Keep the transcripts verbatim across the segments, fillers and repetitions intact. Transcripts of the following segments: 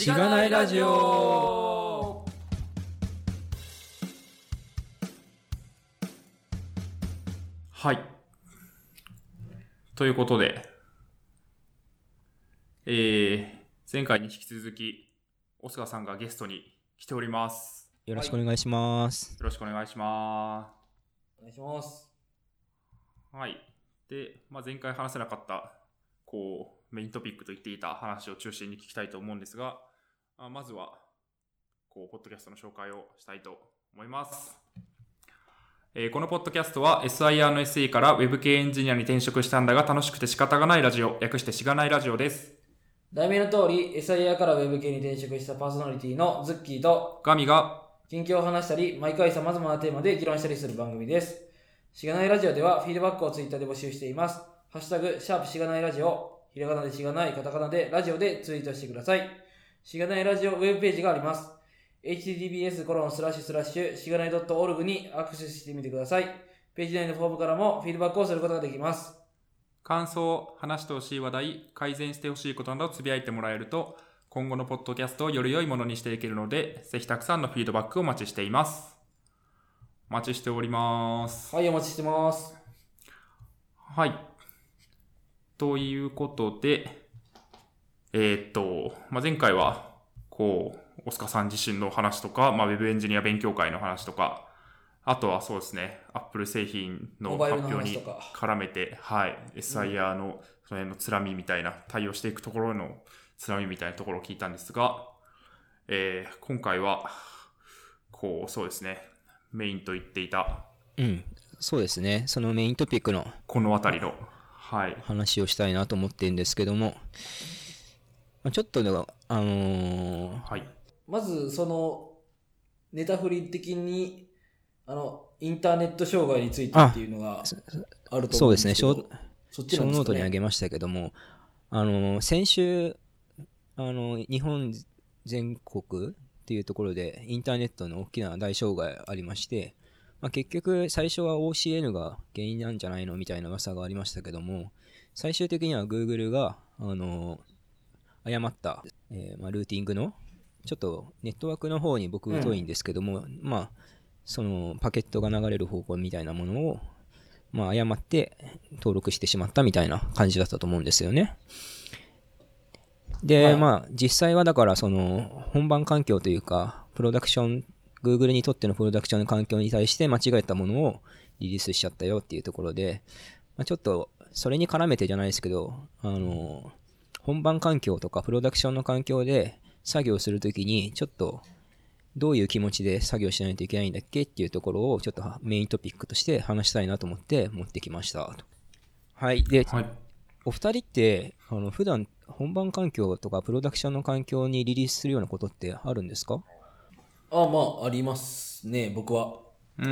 しがないラジオ。 はい。ということで、えー、前回に引き続き、オスカさんがゲストに来ております。 よろしくお願いします。 よろしくお願いしまお願いします。 す。はい。で、まあ、前回話せなかった、こう、メイントピックと言っていた話を中心に聞きたいと思うんですが、あまずは、こう、ポッドキャストの紹介をしたいと思います。えー、このポッドキャストは エスアイアール の エスイー から Web 系エンジニアに転職したんだが楽しくて仕方がないラジオ、略してしがないラジオです。 題名の通り エスアイアール から Web 系に転職したパーソナリティのズッキーとガミが近況を話したり、毎回様々なテーマで議論したりする番組です。しがないラジオではフィードバックをツイッターで募集しています。ハッシュタグ、シャープしがないラジオ、ひらがなでしがない、カタカナでラジオでツイートしてください。しがないラジオウェブページがあります。エイチティーティーピーエスコロンスラッシュスラッシュしがない .org にアクセスしてみてください。ページ内のフォームからもフィードバックをすることができます。 感想、話してほしい話題、改善してほしいことなどをつぶやいてもらえると、今後のポッドキャストをより良いものにしていけるので、ぜひたくさんのフィードバックをお待ちしています。お待ちしております。 はい、お待ちしてます。 はい。ということで、えー、っと、まあ、前回は、こう、オスカさん自身の話とか、まあ、ウェブエンジニア勉強会の話とか、あとはそうですね、Apple 製品の発表に絡めて、はい、エスアイアール のその辺のつらみみたいな、対応していくところのつらみみたいなところを聞いたんですが、えー、今回は、こう、そうですね、メインと言っていた。 うん、そうですね、そのメイントピックのこのあたりの、はい。 話をしたいなと思ってるんですけども、まあ、ちょっとね、あのー、 はい。 まず、その、ネタフリ的に、あの、インターネット障害についてっていうのがあると思うんですけど、 そうですね、ショー、 そっちなんですかね、 ショーノートにあげましたけども、あのー、先週、あのー、日本全国っていうところでインターネットの大きな大障害ありまして、まあ、結局最初は オーシーエヌ が原因なんじゃないのみたいな噂がありましたけども、最終的には Google が、あのー、誤った、えーまあ、ルーティングのちょっとネットワークの方に僕疎いんですけども、うん、まあそのパケットが流れる方向みたいなものを、まあ、誤って登録してしまったみたいな感じだったと思うんですよね。で、はい、まあ実際はだからその本番環境というかプロダクション Google にとってのプロダクションの環境に対して間違えたものをリリースしちゃったよっていうところで、まあ、ちょっとそれに絡めてじゃないですけど、あの本番環境とかプロダクションの環境で作業するときにちょっとどういう気持ちで作業しないといけないんだっけっていうところをちょっとメイントピックとして話したいなと思って持ってきましたと。はい。で、はい、お二人ってあの普段本番環境とかプロダクションの環境にリリースするようなことってあるんですか？ ああ、まあありますね、僕は。 うん。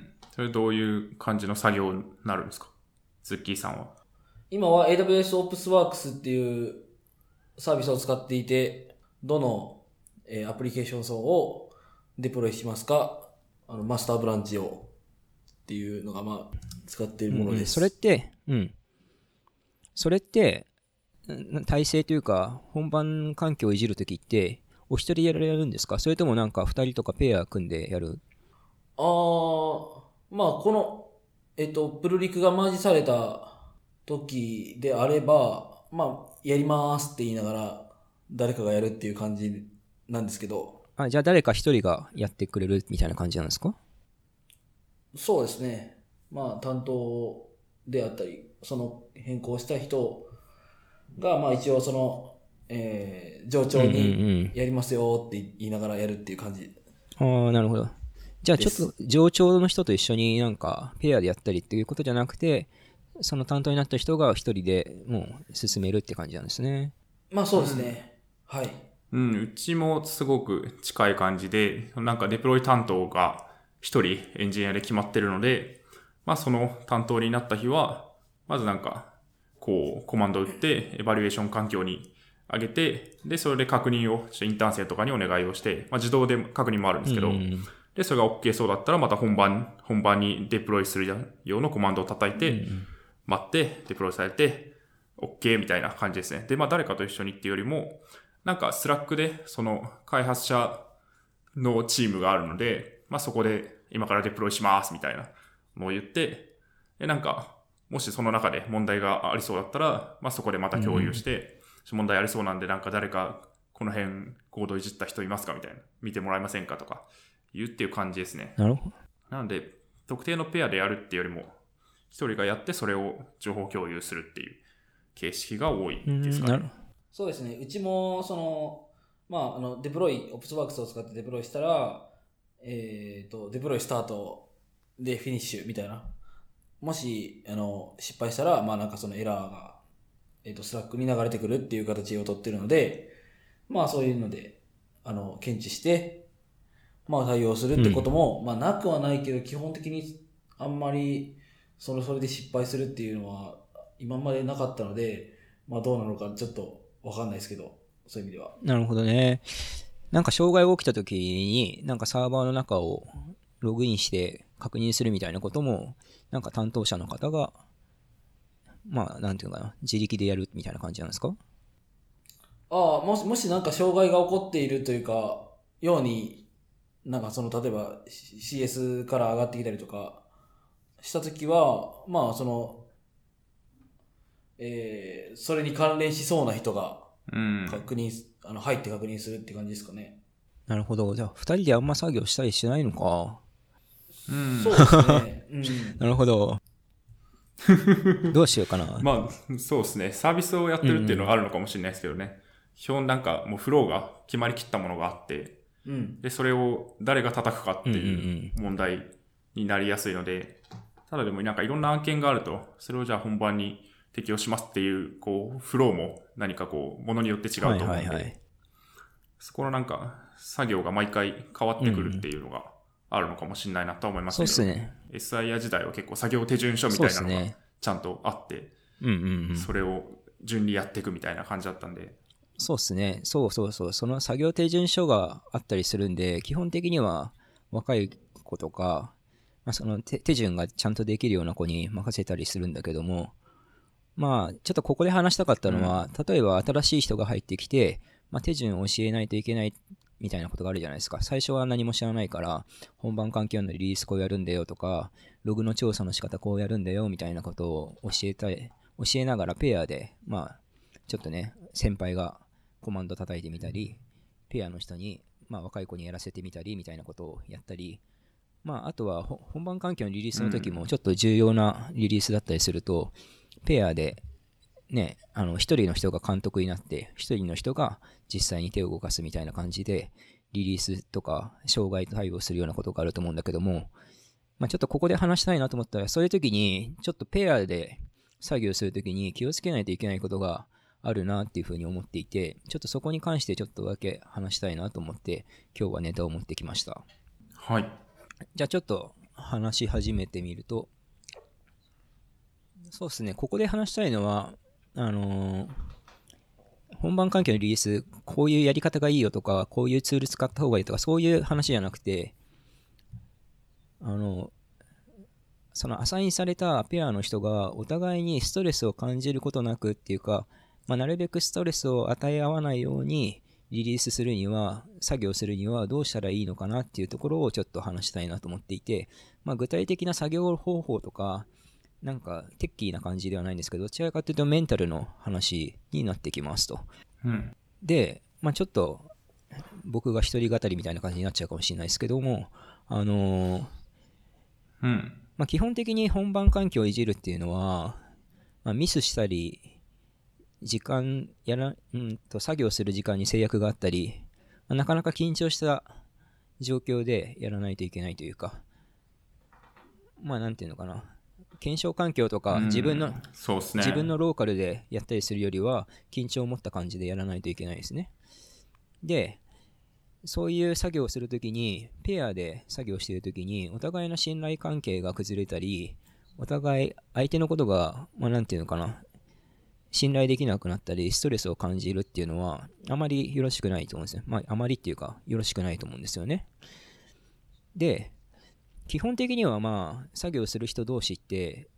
それどういう感じの作業になるんですか？ズッキーさんは。 今は エーダブリューエス OpsWorks っていうサービスを使っていて、どの、えー、アプリケーション層をデプロイしますか、あのマスターブランチをっていうのがまあ使っているものです。 うん、それって、うん。それって、体制というか、本番環境をいじるときって、お一人やられるんですか？それともなんか二人とかペア組んでやる？ あー、まあこの、えっと、プルリクがマージされた時であれば、まあ、やりますって言いながら、誰かがやるっていう感じなんですけど。 あ、じゃあ誰か一人がやってくれるみたいな感じなんですか？ そうですね。まあ、担当であったり、その変更した人が、まあ一応その、えー、上長にやりますよって言いながらやるっていう感じ。 うんうんうん、ああ、なるほど。じゃあちょっと上長の人と一緒になんかペアでやったりっていうことじゃなくて、その担当になった人が一人でもう進めるって感じなんですね。 まあそうですね。うん、はい。 うん、うちもすごく近い感じで、なんかデプロイ担当が一人エンジニアで決まってるので、まあその担当になった日は、まずなんか、こうコマンドを打って、エバリュエーション環境に上げて、で、それで確認を、インターン生とかにお願いをして、まあ自動で確認もあるんですけど、うんで、それが OK そうだったら、また本番、本番にデプロイする用のコマンドを叩いて、うん、待って、デプロイされて、OK みたいな感じですね。で、まあ誰かと一緒にっていうよりも、 なんかスラックでその開発者のチームがあるので、まあそこで今からデプロイしますみたいなのを言って、でなんかもしその中で問題がありそうだったら、まあそこでまた共有して、うん、問題ありそうなんでなんか誰かこの辺コードいじった人いますかみたいな、見てもらえませんかとか言うっていう感じですね。 なるほど。 なので特定のペアでやるっていうよりも一人がやってそれを情報共有するっていう形式が多いですかね。 そうですね。うちもそのまああのデプロイオプスワークスを使ってデプロイしたら、えっとデプロイスタートでフィニッシュみたいな。もしあの失敗したらまあなんかそのエラーがえっとスラックに流れてくるっていう形を取ってるので、まあそういうのであの検知してまあ対応するってことも、うん、まあなくはないけど基本的にあんまりそれそれで失敗するっていうのは今までなかったので、まあどうなのかちょっとわかんないですけど、そういう意味では。 なるほどね。なんか障害が起きた時になんかサーバーの中をログインして確認するみたいなこともなんか担当者の方がまあなんていうかな、自力でやるみたいな感じなんですか？ ああ、もしもしなんか障害が起こっているというかようになんかその例えば シーエス から上がってきたりとかしたときは、まあその、えー、それに関連しそうな人が確認、うん、あの入って確認するって感じですかね。 なるほど。じゃあふたりであんま作業したりしないのか。 うん、そうですね。うん、 なるほど。どうしようかな。 まあそうですね。サービスをやってるっていうのがあるのかもしれないですけどね。うんうん、基本なんかもうフローが決まりきったものがあって、うん、でそれを誰が叩くかっていう問題になりやすいので、ただでもなんかいろんな案件があると、それをじゃあ本番に適用しますっていうこうフローも何かこうものによって違うと思うので、はいはいはい、そこのなんか作業が毎回変わってくるっていうのがあるのかもしれないなと思いますけど、 そうですね。 エスアイ ア時代は結構作業手順書みたいなのがちゃんとあって、 うんうんうん、 それを順にやっていくみたいな感じだったんで。 そうですね。そうそうそう。その作業手順書があったりするんで、基本的には若い子とか、まあ、その 手, 手順がちゃんとできるような子に任せたりするんだけども、まあ、ちょっとここで話したかったのは、うん、例えば新しい人が入ってきて、まあ、手順を教えないといけないみたいなことがあるじゃないですか。最初は何も知らないから、本番環境のリリースこうやるんだよとか、ログの調査の仕方こうやるんだよみたいなことを教えたい、教えながらペアで、まあ、ちょっとね、先輩がコマンド叩いてみたり、ペアの人に、まあ、若い子にやらせてみたりみたいなことをやったり、まあ、あとは本番環境のリリースの時もちょっと重要なリリースだったりすると、うん、ペアでね、あの一人の人が監督になって一人の人が実際に手を動かすみたいな感じでリリースとか障害対応するようなことがあると思うんだけども、まあ、ちょっとここで話したいなと思ったら、そういう時にちょっとペアで作業する時に気をつけないといけないことがあるなっていうふうに思っていて、ちょっとそこに関してちょっとだけ話したいなと思って今日はネタを持ってきました。 はい。 じゃあちょっと話し始めてみると、そうですね、ここで話したいのは、あのー、本番環境のリリース、こういうやり方がいいよとか、こういうツール使った方がいいとか、そういう話じゃなくて、あの、そのアサインされたペアの人がお互いにストレスを感じることなくっていうか、まあ、なるべくストレスを与え合わないようにリリースするには、作業するにはどうしたらいいのかなっていうところをちょっと話したいなと思っていて、まあ、具体的な作業方法とか、なんかテッキーな感じではないんですけど、どちらかというとメンタルの話になってきますと。 うん、 で、まあ、ちょっと僕が一人語りみたいな感じになっちゃうかもしれないですけども、あのーうんまあ、基本的に本番環境をいじるっていうのは、まあ、ミスしたり、時間やら、うんと作業する時間に制約があったり、まあ、なかなか緊張した状況でやらないといけないというか、まあなんていうのかな、検証環境とか自分の、 そうですね、 自分のローカルでやったりするよりは緊張を持った感じでやらないといけないですね。で、そういう作業をするときに、ペアで作業しているときに、お互いの信頼関係が崩れたり、お互い相手のことが、まあなんていうのかな、信頼できなくなったり、ストレスを感じるっていうのは、あまりよろしくないと思うんですよ。まあ、あまりっていうか、よろしくないと思うんですよね。で、基本的にはまあ、作業する人同士って、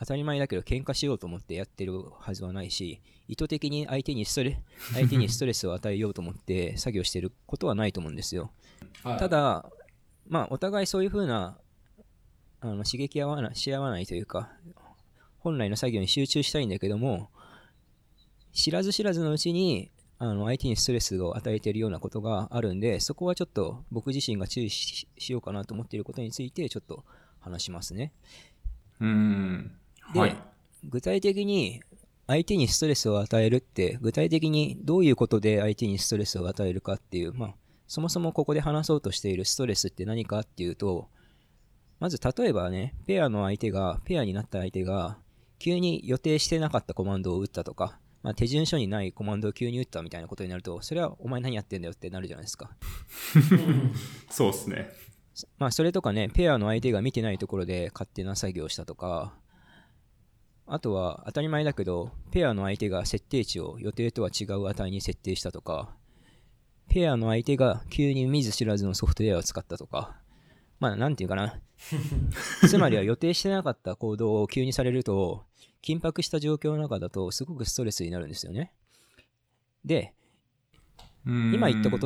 当たり前だけど喧嘩しようと思ってやってるはずはないし、意図的に相手にストレ相手にストレスを与えようと思って作業してることはないと思うんですよ。はい、ただ、まあ、お互いそういう風なあの刺激合わなし合わないというか、本来の作業に集中したいんだけども、知らず知らずのうちにあの相手にストレスを与えているようなことがあるんで、そこはちょっと僕自身が注意 し, しようかなと思っていることについてちょっと話しますね。 うーん、 で、 はい、 具体的に相手にストレスを与えるって具体的にどういうことで相手にストレスを与えるかっていう、まあ、そもそもここで話そうとしているストレスって何かっていうと、まず例えばね、ペアの相手がペアになった相手が急に予定してなかったコマンドを打ったとか、まあ、手順書にないコマンドを急に打ったみたいなことになると、それはお前何やってんだよってなるじゃないですか。 そうですね。 まあそれとかね、ペアの相手が見てないところで勝手な作業をしたとか、あとは当たり前だけど、ペアの相手が設定値を予定とは違う値に設定したとか、ペアの相手が急に見ず知らずのソフトウェアを使ったとか、まあなんていうかな、つまりは予定してなかった行動を急にされると、緊迫した状況の中だとすごくストレスになるんですよね。で、今言ったことって、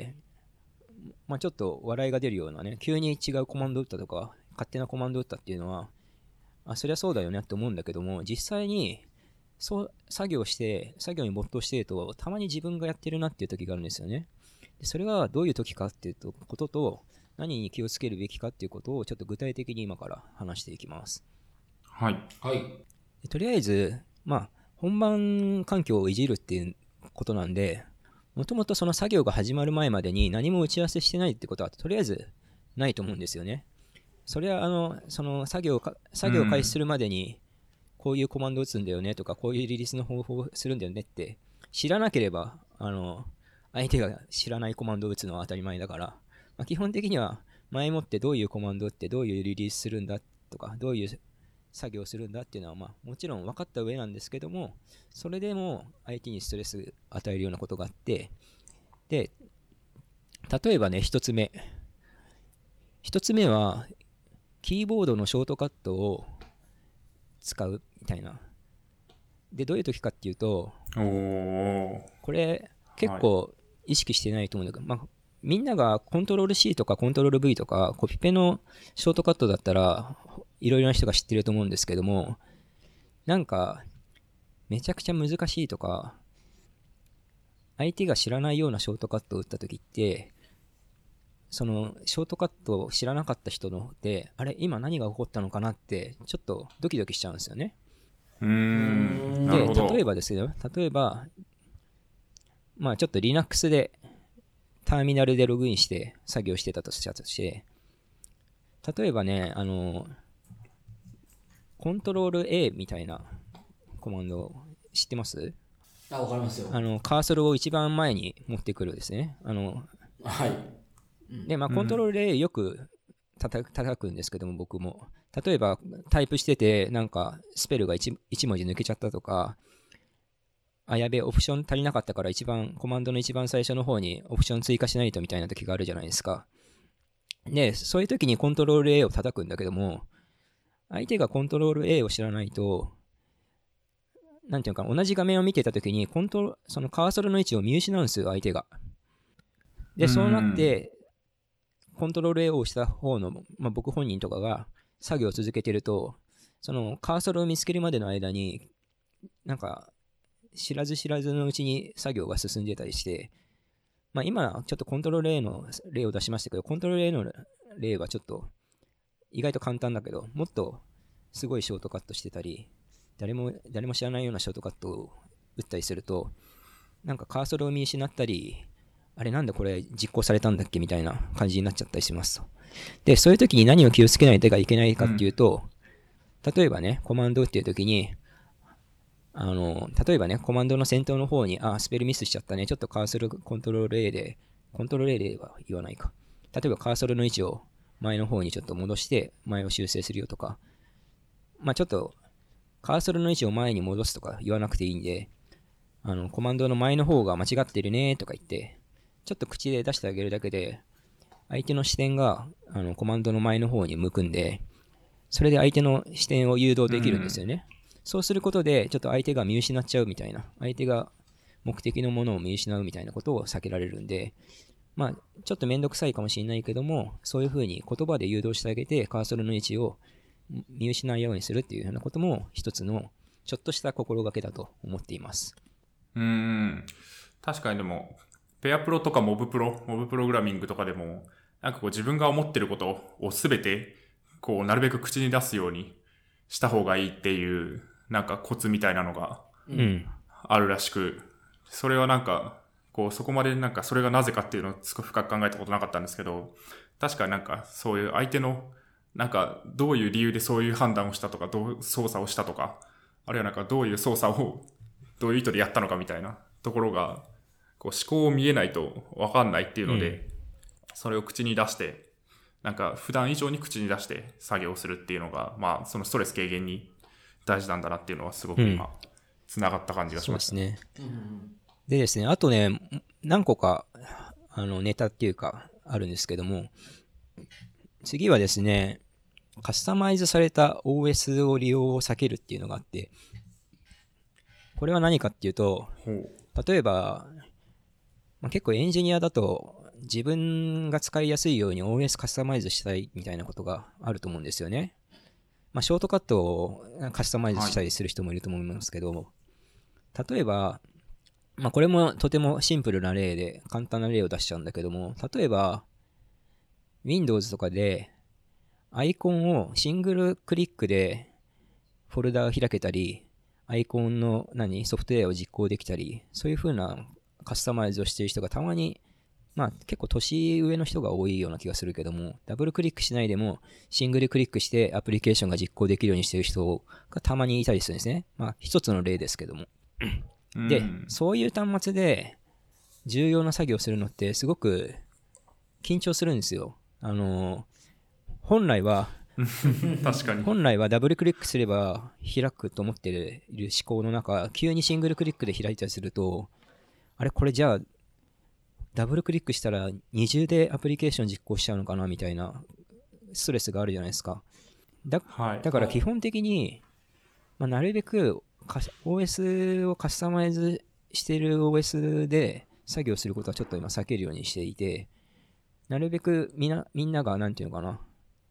まあ、ちょっと笑いが出るようなね、急に違うコマンドを打ったとか、勝手なコマンドを打ったっていうのは、あ、そりゃそうだよねって思うんだけども、実際にそう作業して、作業に没頭していると、たまに自分がやってるなっていう時があるんですよね。でそれはどういう時かっていうことと、何に気をつけるべきかっていうことをちょっと具体的に今から話していきます。 はい。 はい。 とりあえず、まあ、本番環境をいじるっていうことなんで、もともとその作業が始まる前までに何も打ち合わせしてないってことはとりあえずないと思うんですよね。それはあのその作業か作業を開始するまでにこういうコマンドを打つんだよねとか、こういうリリースの方法をするんだよねって知らなければ、あの相手が知らないコマンドを打つのは当たり前だから、まあ、基本的には前もってどういうコマンドを打ってどういうリリースするんだとか、どういう作業するんだっていうのは、まあ、もちろん分かった上なんですけども、それでも相手にストレス与えるようなことがあって、で、例えばね、一つ目。一つ目は、キーボードのショートカットを使うみたいな。で、どういう時かっていうと、 おこれ結構意識してないと思うんだけど、はい、まあ、みんながコントロール C とかコントロール V とかコピペのショートカットだったらいろいろな人が知ってると思うんですけども、なんかめちゃくちゃ難しいとか相手が知らないようなショートカットを打った時って、そのショートカットを知らなかった人ので、あれ今何が起こったのかなってちょっとドキドキしちゃうんですよね。 うーん、 で、例えばですよ、例えばまあちょっと Linux でターミナルでログインして作業してたとしたとして、例えばね、あのコントロール A みたいなコマンド知ってます？ あ、わかりますよ。 あのカーソルを一番前に持ってくるですね。あのはい。 で、まあコントロール A よく叩く、叩くんですけども、僕も例えばタイプしててなんかスペルが 1, 1文字抜けちゃったとか、あ、やべえ、オプション足りなかったから一番、コマンドの一番最初の方にオプション追加しないとみたいな時があるじゃないですか。で、そういう時にコントロール A を叩くんだけども、相手がコントロール A を知らないと、なんていうか、同じ画面を見てた時に、コントロそのカーソルの位置を見失うんですよ、相手が。で、そうなって、コントロール A を押した方の、まあ、僕本人とかが作業を続けてると、そのカーソルを見つけるまでの間に、なんか、知らず知らずのうちに作業が進んでたりして、まあ今ちょっとコントロール A の例を出しましたけど、コントロール A の例はちょっと意外と簡単だけど、もっとすごいショートカットしてたり、誰も誰も知らないようなショートカットを打ったりすると、なんかカーソルを見失ったり、あれなんでこれ実行されたんだっけみたいな感じになっちゃったりしますと。で、そういう時に何を気をつけないといけないかっていうと、うん、例えばね、コマンドっていう時に、あの、例えばね、コマンドの先頭の方に、あ、スペルミスしちゃったね。ちょっとカーソルコントロール A で、コントロール A では言わないか。例えばカーソルの位置を前の方にちょっと戻して、前を修正するよとか。まあちょっと、カーソルの位置を前に戻すとか言わなくていいんで、あの、コマンドの前の方が間違ってるねとか言って、ちょっと口で出してあげるだけで、相手の視点が、あの、コマンドの前の方に向くんで、 それで相手の視点を誘導できるんですよね。うん、そうすることで、ちょっと相手が見失っちゃうみたいな、相手が目的のものを見失うみたいなことを避けられるんで、まあ、ちょっとめんどくさいかもしれないけども、そういうふうに言葉で誘導してあげて、カーソルの位置を見失うようにするっていうようなことも、一つのちょっとした心がけだと思っています。 うーん。確かにでも、ペアプロとかモブプロ、モブプログラミングとかでも、なんかこう自分が思ってることをすべて、こうなるべく口に出すようにした方がいいっていう、なんかコツみたいなのがあるらしく、うん、それはなんか、こうそこまでなんかそれがなぜかっていうのをすごく深く考えたことなかったんですけど、確かになんかそういう相手の、なんかどういう理由でそういう判断をしたとか、どう操作をしたとか、あるいはなんかどういう操作をどういう意図でやったのかみたいなところが、こう思考を見えないと分かんないっていうので、うん、それを口に出して、なんか普段以上に口に出して作業するっていうのが、まあそのストレス軽減に大事なんだなっていうのはすごく今、つながった感じがしました。 そうですね。でですね、あとね、何個かあのネタっていうかあるんですけども、次はですね、カスタマイズされた オーエス を利用を避けるっていうのがあって、これは何かっていうと、例えば、まあ、結構エンジニアだと自分が使いやすいように オーエス カスタマイズしたいみたいなことがあると思うんですよね。まあ、ショートカットをカスタマイズしたりする人もいると思いますけど、はい、例えば、まあ、これもとてもシンプルな例で簡単な例を出しちゃうんだけども、例えば Windows とかでアイコンをシングルクリックでフォルダを開けたり、アイコンの何ソフトウェアを実行できたり、そういう風なカスタマイズをしている人がたまに、まあ結構年上の人が多いような気がするけども、ダブルクリックしないでもシングルクリックしてアプリケーションが実行できるようにしている人がたまにいたりするんですね。まあ一つの例ですけども。で、そういう端末で重要な作業をするのってすごく緊張するんですよ。あの、本来は確かに本来はダブルクリックすれば開くと思っている思考の中、急にシングルクリックで開いたりすると、あれこれじゃあダブルクリックしたら二重でアプリケーション実行しちゃうのかなみたいなストレスがあるじゃないですか。だ、はい、だから基本的に、まあ、なるべく オーエス をカスタマイズしている オーエス で作業することはちょっと今避けるようにしていて、なるべくみんな、みんながなんていうのかな、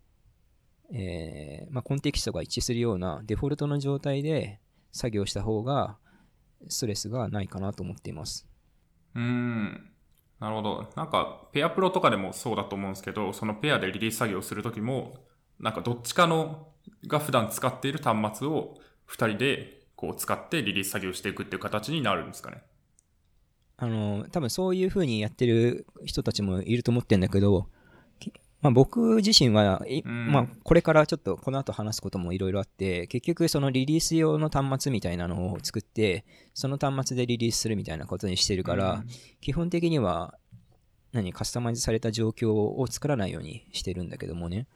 えーまあ、コンテキストが一致するようなデフォルトの状態で作業した方がストレスがないかなと思っています。 うーん、なるほど。なんかペアプロとかでもそうだと思うんですけど、そのペアでリリース作業するときも、なんかどっちかのが普段使っている端末をふたりでこう使ってリリース作業していくっていう形になるんですかね。 あの多分そういう風にやってる人たちもいると思ってるんだけど、まあ、僕自身は、まあ、これからちょっとこの後話すこともいろいろあって、結局そのリリース用の端末みたいなのを作って、その端末でリリースするみたいなことにしてるから、基本的には何カスタマイズされた状況を作らないようにしてるんだけどもね。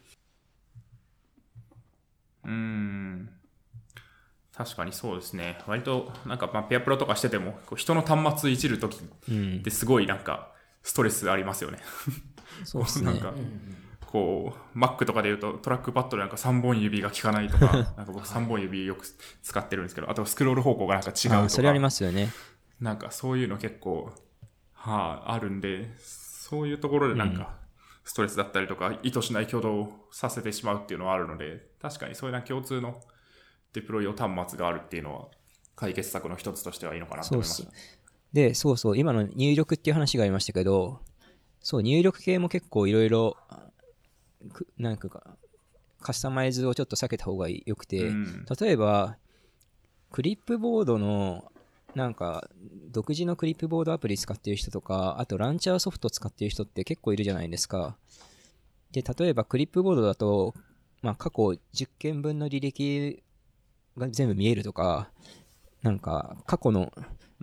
うーん。確かにそうですね。割となんかまあペアプロとかしてても、こう人の端末いじるときってすごいなんかストレスありますよね。 そうですね。 なんかこう Mac とかで言うとトラックパッドでなんかさんぼん指が効かないとか、なんか僕さんぼん指よく使ってるんですけど、あとスクロール方向がなんか違うとか。 あ、それありますよね。 なんかそういうの結構はあ、あるんで、そういうところでなんかストレスだったりとか、意図しない挙動をさせてしまうっていうのはあるので、確かにそういうな共通のデプロイ用端末があるっていうのは解決策の一つとしてはいいのかなと思いました。 そうで、そうそう、今の入力っていう話がありましたけど、そう、入力系も結構いろいろ、なんか、カスタマイズをちょっと避けた方がよくて、うん、例えば、クリップボードの、なんか、独自のクリップボードアプリ使っている人とか、あとランチャーソフト使っている人って結構いるじゃないですか。で、例えばクリップボードだと、まあ、過去じゅっけんぶんの履歴が全部見えるとか、なんか、過去の、うん、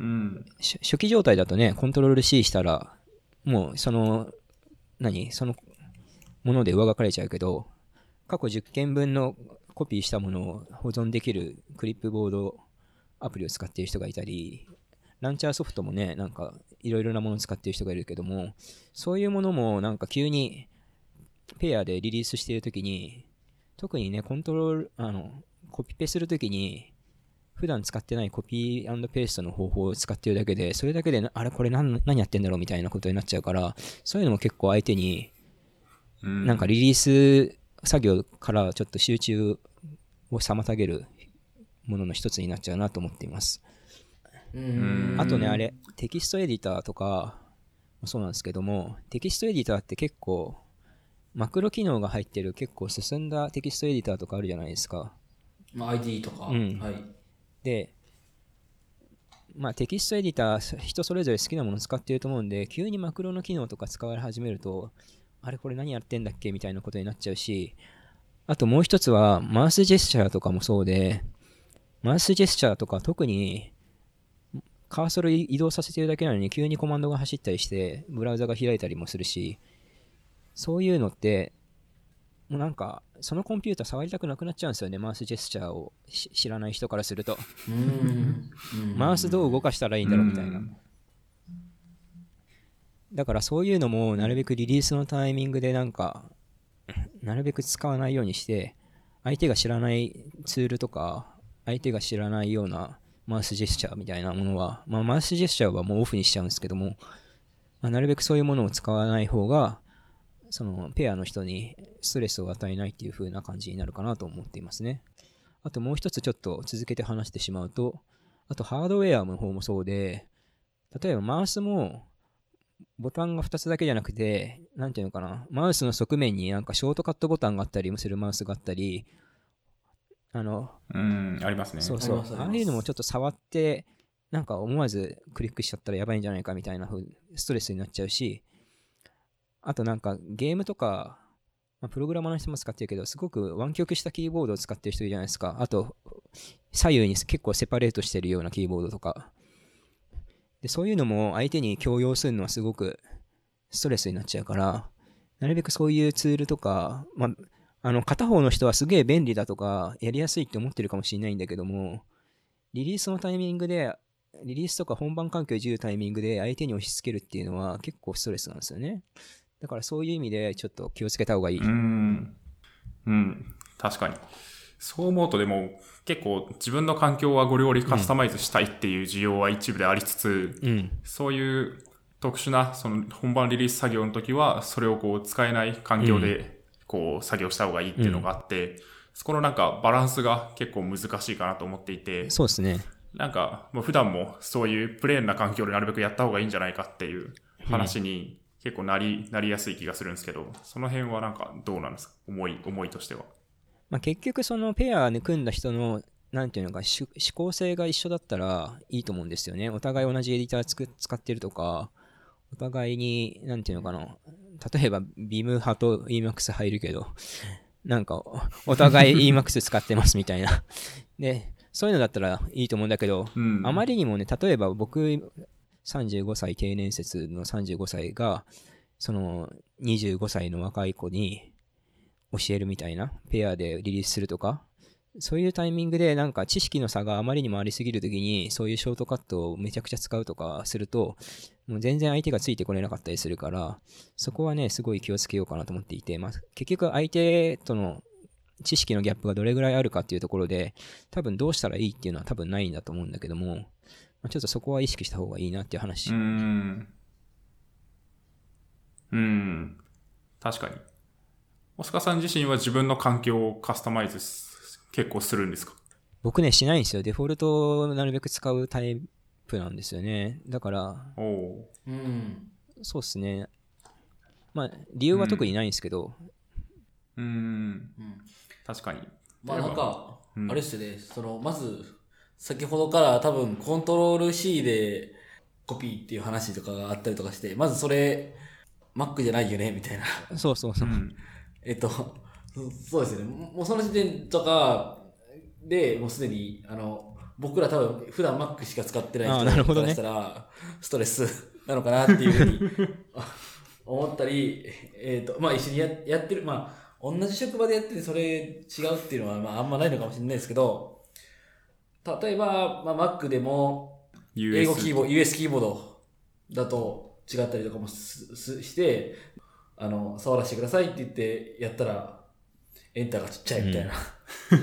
初期状態だとね、コントロール C したら、もうその、何そのもので上書かれちゃうけど、過去じゅっけんぶんのコピーしたものを保存できるクリップボードアプリを使っている人がいたり、ランチャーソフトもね、なんかいろいろなものを使っている人がいるけども、そういうものもなんか急にペアでリリースしているときに、 特にね、コントロール、あの、コピペするときに、普段使ってないコピー&ペーストの方法を使ってるだけで、それだけで、あれこれ何、何やってんだろうみたいなことになっちゃうから、そういうのも結構相手に、なんかリリース作業からちょっと集中を妨げるものの一つになっちゃうなと思っています。 うーん。 あとね、あれ、テキストエディターとかもそうなんですけども、テキストエディターって結構、マクロ機能が入ってる結構進んだテキストエディターとかあるじゃないですか。 まあ、アイディー とか。 うんはい。 で、まあテキストエディター、人それぞれ好きなもの使ってると思うんで、急にマクロの機能とか使われ始めると、あれこれ何やってんだっけみたいなことになっちゃうし、あともう一つは、マウスジェスチャーとかもそうで、マウスジェスチャーとか特に、カーソル移動させてるだけなのに急にコマンドが走ったりして、ブラウザが開いたりもするし、そういうのって、もうなんか、そのコンピューター触りたくなくなっちゃうんですよね、マウスジェスチャーを知らない人からすると。 うーん。 マウスどう動かしたらいいんだろうみたいな。だからそういうのもなるべくリリースのタイミングでなんか、なるべく使わないようにして、相手が知らないツールとか、相手が知らないようなマウスジェスチャーみたいなものは、まあマウスジェスチャーはもうオフにしちゃうんですけども、まあ、なるべくそういうものを使わない方が、そのペアの人にストレスを与えないっていう風な感じになるかなと思っていますね。あともう一つちょっと続けて話してしまうと、あとハードウェアの方もそうで、例えばマウスもボタンがふたつだけじゃなくて、なんていうのかな、マウスの側面になんかショートカットボタンがあったりもするマウスがあったり、あの、 うん、ありますね。 そうそう、 ありますありますああいうのもちょっと触って、なんか思わずクリックしちゃったらやばいんじゃないかみたいな風にストレスになっちゃうし、あとなんかゲームとか、まあ、プログラマーの人も使ってるけど、すごく湾曲したキーボードを使ってる人いるじゃないですか。あと、左右に結構セパレートしてるようなキーボードとか。で、そういうのも相手に強要するのはすごくストレスになっちゃうから、なるべくそういうツールとか、まあ、あの、片方の人はすげえ便利だとか、やりやすいって思ってるかもしれないんだけども、リリースのタイミングで、リリースとか本番環境をいじるタイミングで相手に押し付けるっていうのは結構ストレスなんですよね。だからそういう意味でちょっと気をつけた方がいい。 うーん。うん。確かに。そう思うとでも結構自分の環境はゴリゴリカスタマイズしたいっていう需要は一部でありつつ、 うん。 そういう特殊なその本番リリース作業の時はそれをこう使えない環境でこう作業した方がいいっていうのがあって、そこのなんかバランスが結構難しいかなと思っていて、 そうですね。 なんかもう普段もそういうプレーンな環境でなるべくやった方がいいんじゃないかっていう話に結構なり、なりやすい気がするんですけど、その辺はなんかどうなんですか？思い、思いとしては。 まあ、結局そのペアで組んだ人のなんていうのか思考性が一緒だったらいいと思うんですよね。お互い同じエディターつく使ってるとか、お互いになんていうのかな、例えば ビーム 派と イーマックス 入るけど、なんかお互い イーマックス 使ってますみたいな。で、そういうのだったらいいと思うんだけど、 うん、 あまりにもね、例えば僕さんじゅうごさい定年説のさんじゅうごさいがそのにじゅうごさいの若い子に教えるみたいな、ペアでリリースするとか、そういうタイミングでなんか知識の差があまりにもありすぎるときにそういうショートカットをめちゃくちゃ使うとかすると、もう全然相手がついてこれなかったりするから、そこはねすごい気をつけようかなと思っていて、まあ、結局相手との知識のギャップがどれぐらいあるかっていうところで、多分どうしたらいいっていうのは多分ないんだと思うんだけども、まあ、ちょっとそこは意識した方がいいなっていう話。 うーん。うーん。確かに。大塚さん自身は自分の環境をカスタマイズ結構するんですか？ 僕ね、しないんですよ。デフォルトをなるべく使うタイプなんですよね。だから、 おお。 うん。 そうですね。まあ、理由は特にないんですけど、 うーん。 うん確かに。 まあなんか、 うんあれっすよね、その、まず、先ほどから多分コントロール C でコピーっていう話とかがあったりとかして、まずそれ、Mac じゃないよね、みたいな。 そうそうそうう。 ん。 えっと、そそうですよね。もうその時点とかでもうすでに、あの、僕ら多分普段 Mac しか使ってないあー人なるほどねからしたら、ストレスなのかなっていうふうに思ったり、えっと、まあ一緒にややってる、まあ、同じ職場でやっててそれ違うっていうのはまああんまないのかもしれないですけど、例えば、まあ、Mac でも英語キーボード、ユーエス キーボードだと違ったりとかもすすして、あの、触らせてくださいって言ってやったら、 エンターがちっちゃいみたいな、うん、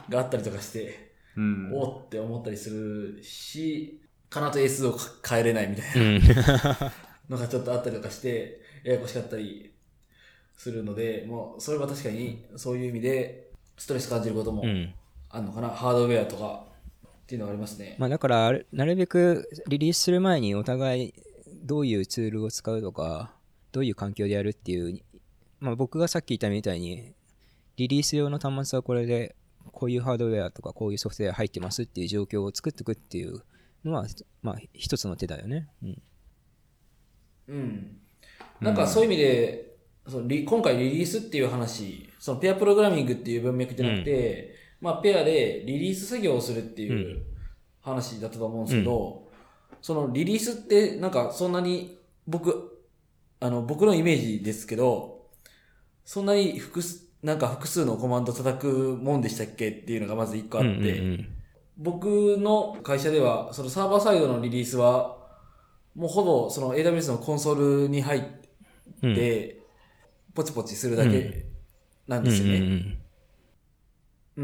があったりとかして、うん、おーって思ったりするし、かなと英数を変えれないみたいなのがちょっとあったりとかして、ややこしかったりするので、もうそれは確かにそういう意味でストレス感じることもあるのかな、うん、ハードウェアとかっていうのがありますね。 まあだからなるべくリリースする前にお互いどういうツールを使うとか、どういう環境でやるっていう、まあ僕がさっき言ったみたいにリリース用の端末はこれでこういうハードウェアとかこういうソフトウェア入ってますっていう状況を作っていくっていうのはまあ一つの手だよね。うん。 うん。なんかそういう意味で、うん、そのリ今回リリースっていう話、そのペアプログラミングっていう文脈じゃなくて、うん、まあペアでリリース作業をするっていう話だったと思うんですけど、うん、そのリリースってなんかそんなに僕、あの僕のイメージですけど、そんなに複数、なんか複数のコマンド叩くもんでしたっけっていうのがまず一個あって、うんうんうん、僕の会社ではそのサーバーサイドのリリースはもうほぼその エーダブリューエス のコンソールに入ってポチポチするだけなんですよね。うんうんうんうん、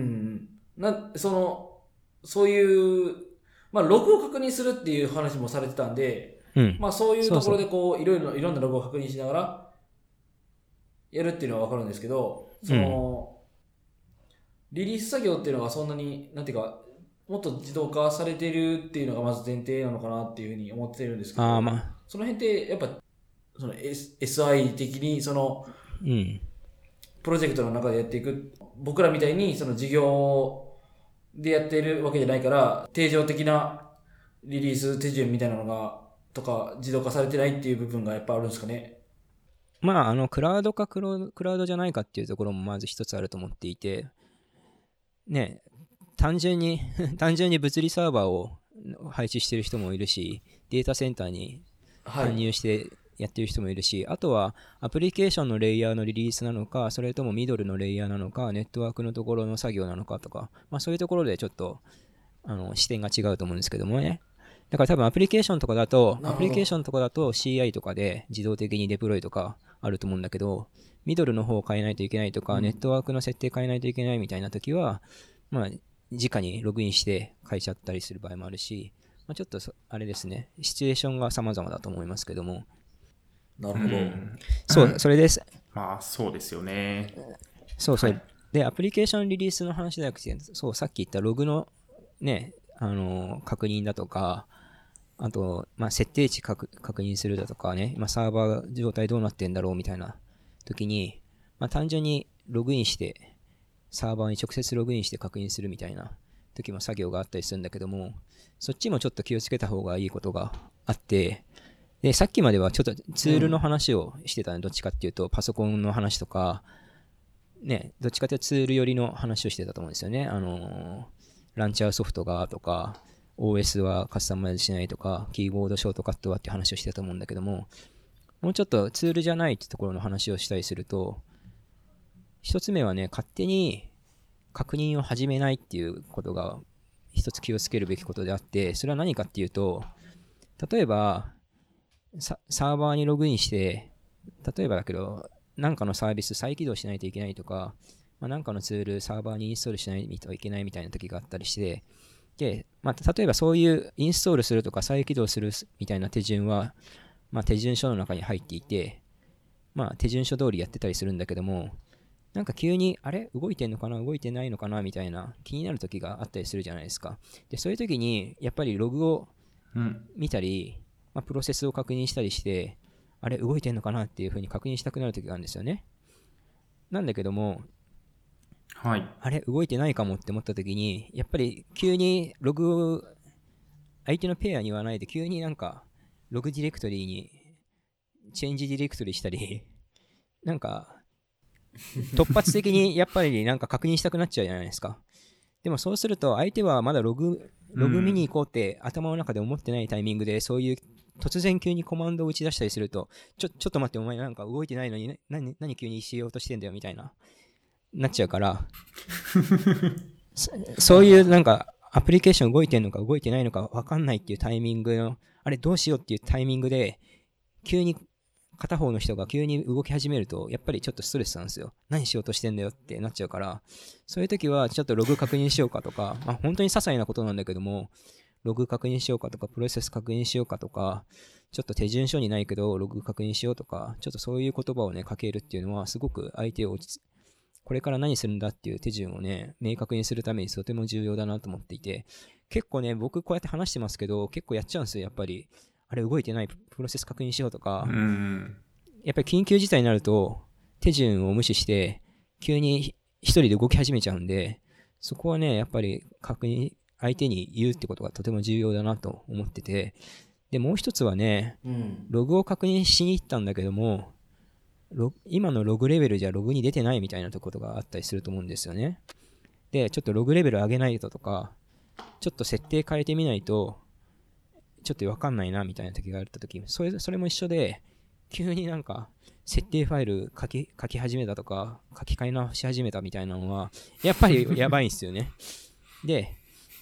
なそのそういうまあログを確認するっていう話もされてたんで、うん、まあそういうところでこういろいろいろんなログを確認しながらやるっていうのはわかるんですけど、その、うん、リリース作業っていうのがそんなになんていうかもっと自動化されてるっていうのがまず前提なのかなっていうふうに思ってるんですけど、あ、まあ、その辺ってやっぱその エスアイ 的にその、うん、プロジェクトの中でやっていく、僕らみたいにその事業でやっているわけじゃないから定常的なリリース手順みたいなのがとか自動化されてないっていう部分がやっぱあるんですかね。 まああのクラウドかクラウドじゃないかっていうところもまず一つあると思っていてね、単純に単純に物理サーバーを配置してる人もいるし、データセンターに搬入してやってる人もいるし、はい、あとはアプリケーションのレイヤーのリリースなのか、それともミドルのレイヤーなのか、ネットワークのところの作業なのかとか、まあそういうところでちょっとあの視点が違うと思うんですけどもね。だから多分アプリケーションとかだと、アプリケーションとかだと シーアイ とかで自動的にデプロイとかあると思うんだけど、ミドルの方を変えないといけないとか、うん、ネットワークの設定変えないといけないみたいな時は、まあ直にログインして変えちゃったりする場合もあるし、まあ、ちょっとあれですね、シチュエーションが様々だと思いますけども。 なるほど。うん、 そう、それです。 まあそうですよね。 そうそう。はい、で、アプリケーションリリースの話じゃなくて、そう、さっき言ったログのね、あのー、確認だとか、あと、まあ、設定値確認するだとかね、まあ、サーバー状態どうなってんだろうみたいな時に、まあ、単純にログインして、サーバーに直接ログインして確認するみたいな時も作業があったりするんだけども、そっちもちょっと気をつけた方がいいことがあって、で、さっきまではちょっとツールの話をしてたね、うん、どっちかっていうと、パソコンの話とか、ね、どっちかっていうとツール寄りの話をしてたと思うんですよね。あのー、ランチャーソフトがとか、オーエス はカスタマイズしないとか、キーボードショートカットはっていう話をしてたと思うんだけども、もうちょっとツールじゃないってところの話をしたりすると、一つ目はね、勝手に確認を始めないっていうことが一つ気をつけるべきことであって、それは何かっていうと、例えば、サーバーにログインして、例えばだけど、何かのサービス再起動しないといけないとか、まあ、何かのツールサーバーにインストールしないといけないみたいな時があったりして、で、まあ、例えばそういうインストールするとか再起動するみたいな手順は、まあ、手順書の中に入っていて、まあ、手順書通りやってたりするんだけども、なんか急に、あれ動いてんのかな動いてないのかなみたいな気になる時があったりするじゃないですか。で、そういう時に、やっぱりログを見たり、うんまあ、プロセスを確認したりして、あれ動いてんのかなっていう風に確認したくなる時があるんですよね。なんだけども、 はい、 あれ動いてないかもって思った時に、やっぱり急にログを相手のペアにはないで急になんかログディレクトリにチェンジディレクトリしたり、なんか突発的にやっぱりなんか確認したくなっちゃうじゃないですか。でもそうすると相手はまだログログ見に行こうって頭の中で思ってないタイミングでそういう突然急にコマンドを打ち出したりすると、ちょ、ちょっと待ってお前なんか動いてないのに何、何急にしようとしてんだよみたいななっちゃうからそ, そういうなんかアプリケーション動いてんのか動いてないのか分かんないっていうタイミングのあれどうしようっていうタイミングで急に片方の人が急に動き始めると、やっぱりちょっとストレスなんですよ。何しようとしてんだよってなっちゃうから、そういう時はちょっとログ確認しようかとか、まあ、本当に些細なことなんだけども、ログ確認しようかとか、プロセス確認しようかとか、ちょっと手順書にないけど、ログ確認しようとか、ちょっとそういう言葉をね、かけるっていうのは、すごく相手を落ち着、これから何するんだっていう手順をね、明確にするためにとても重要だなと思っていて、結構ね、僕こうやって話してますけど、結構やっちゃうんですよ、やっぱり。あれ動いてない、プロセス確認しようとか、 うん。 やっぱり緊急事態になると、手順を無視して、急に一人で動き始めちゃうんで、そこはね、やっぱり確認、相手に言うってことがとても重要だなと思ってて、で、もう一つはね、 うん。 ログを確認しに行ったんだけども、ロ今のログレベルじゃログに出てないみたいなことがあったりすると思うんですよね。で、ちょっとログレベル上げないととか、ちょっと設定変えてみないと、ちょっとわかんないなみたいな時があった時、それ、それも一緒で、急になんか、設定ファイル書き、書き始めたとか、書き換え直し始めたみたいなのは、やっぱりやばいんですよね。で、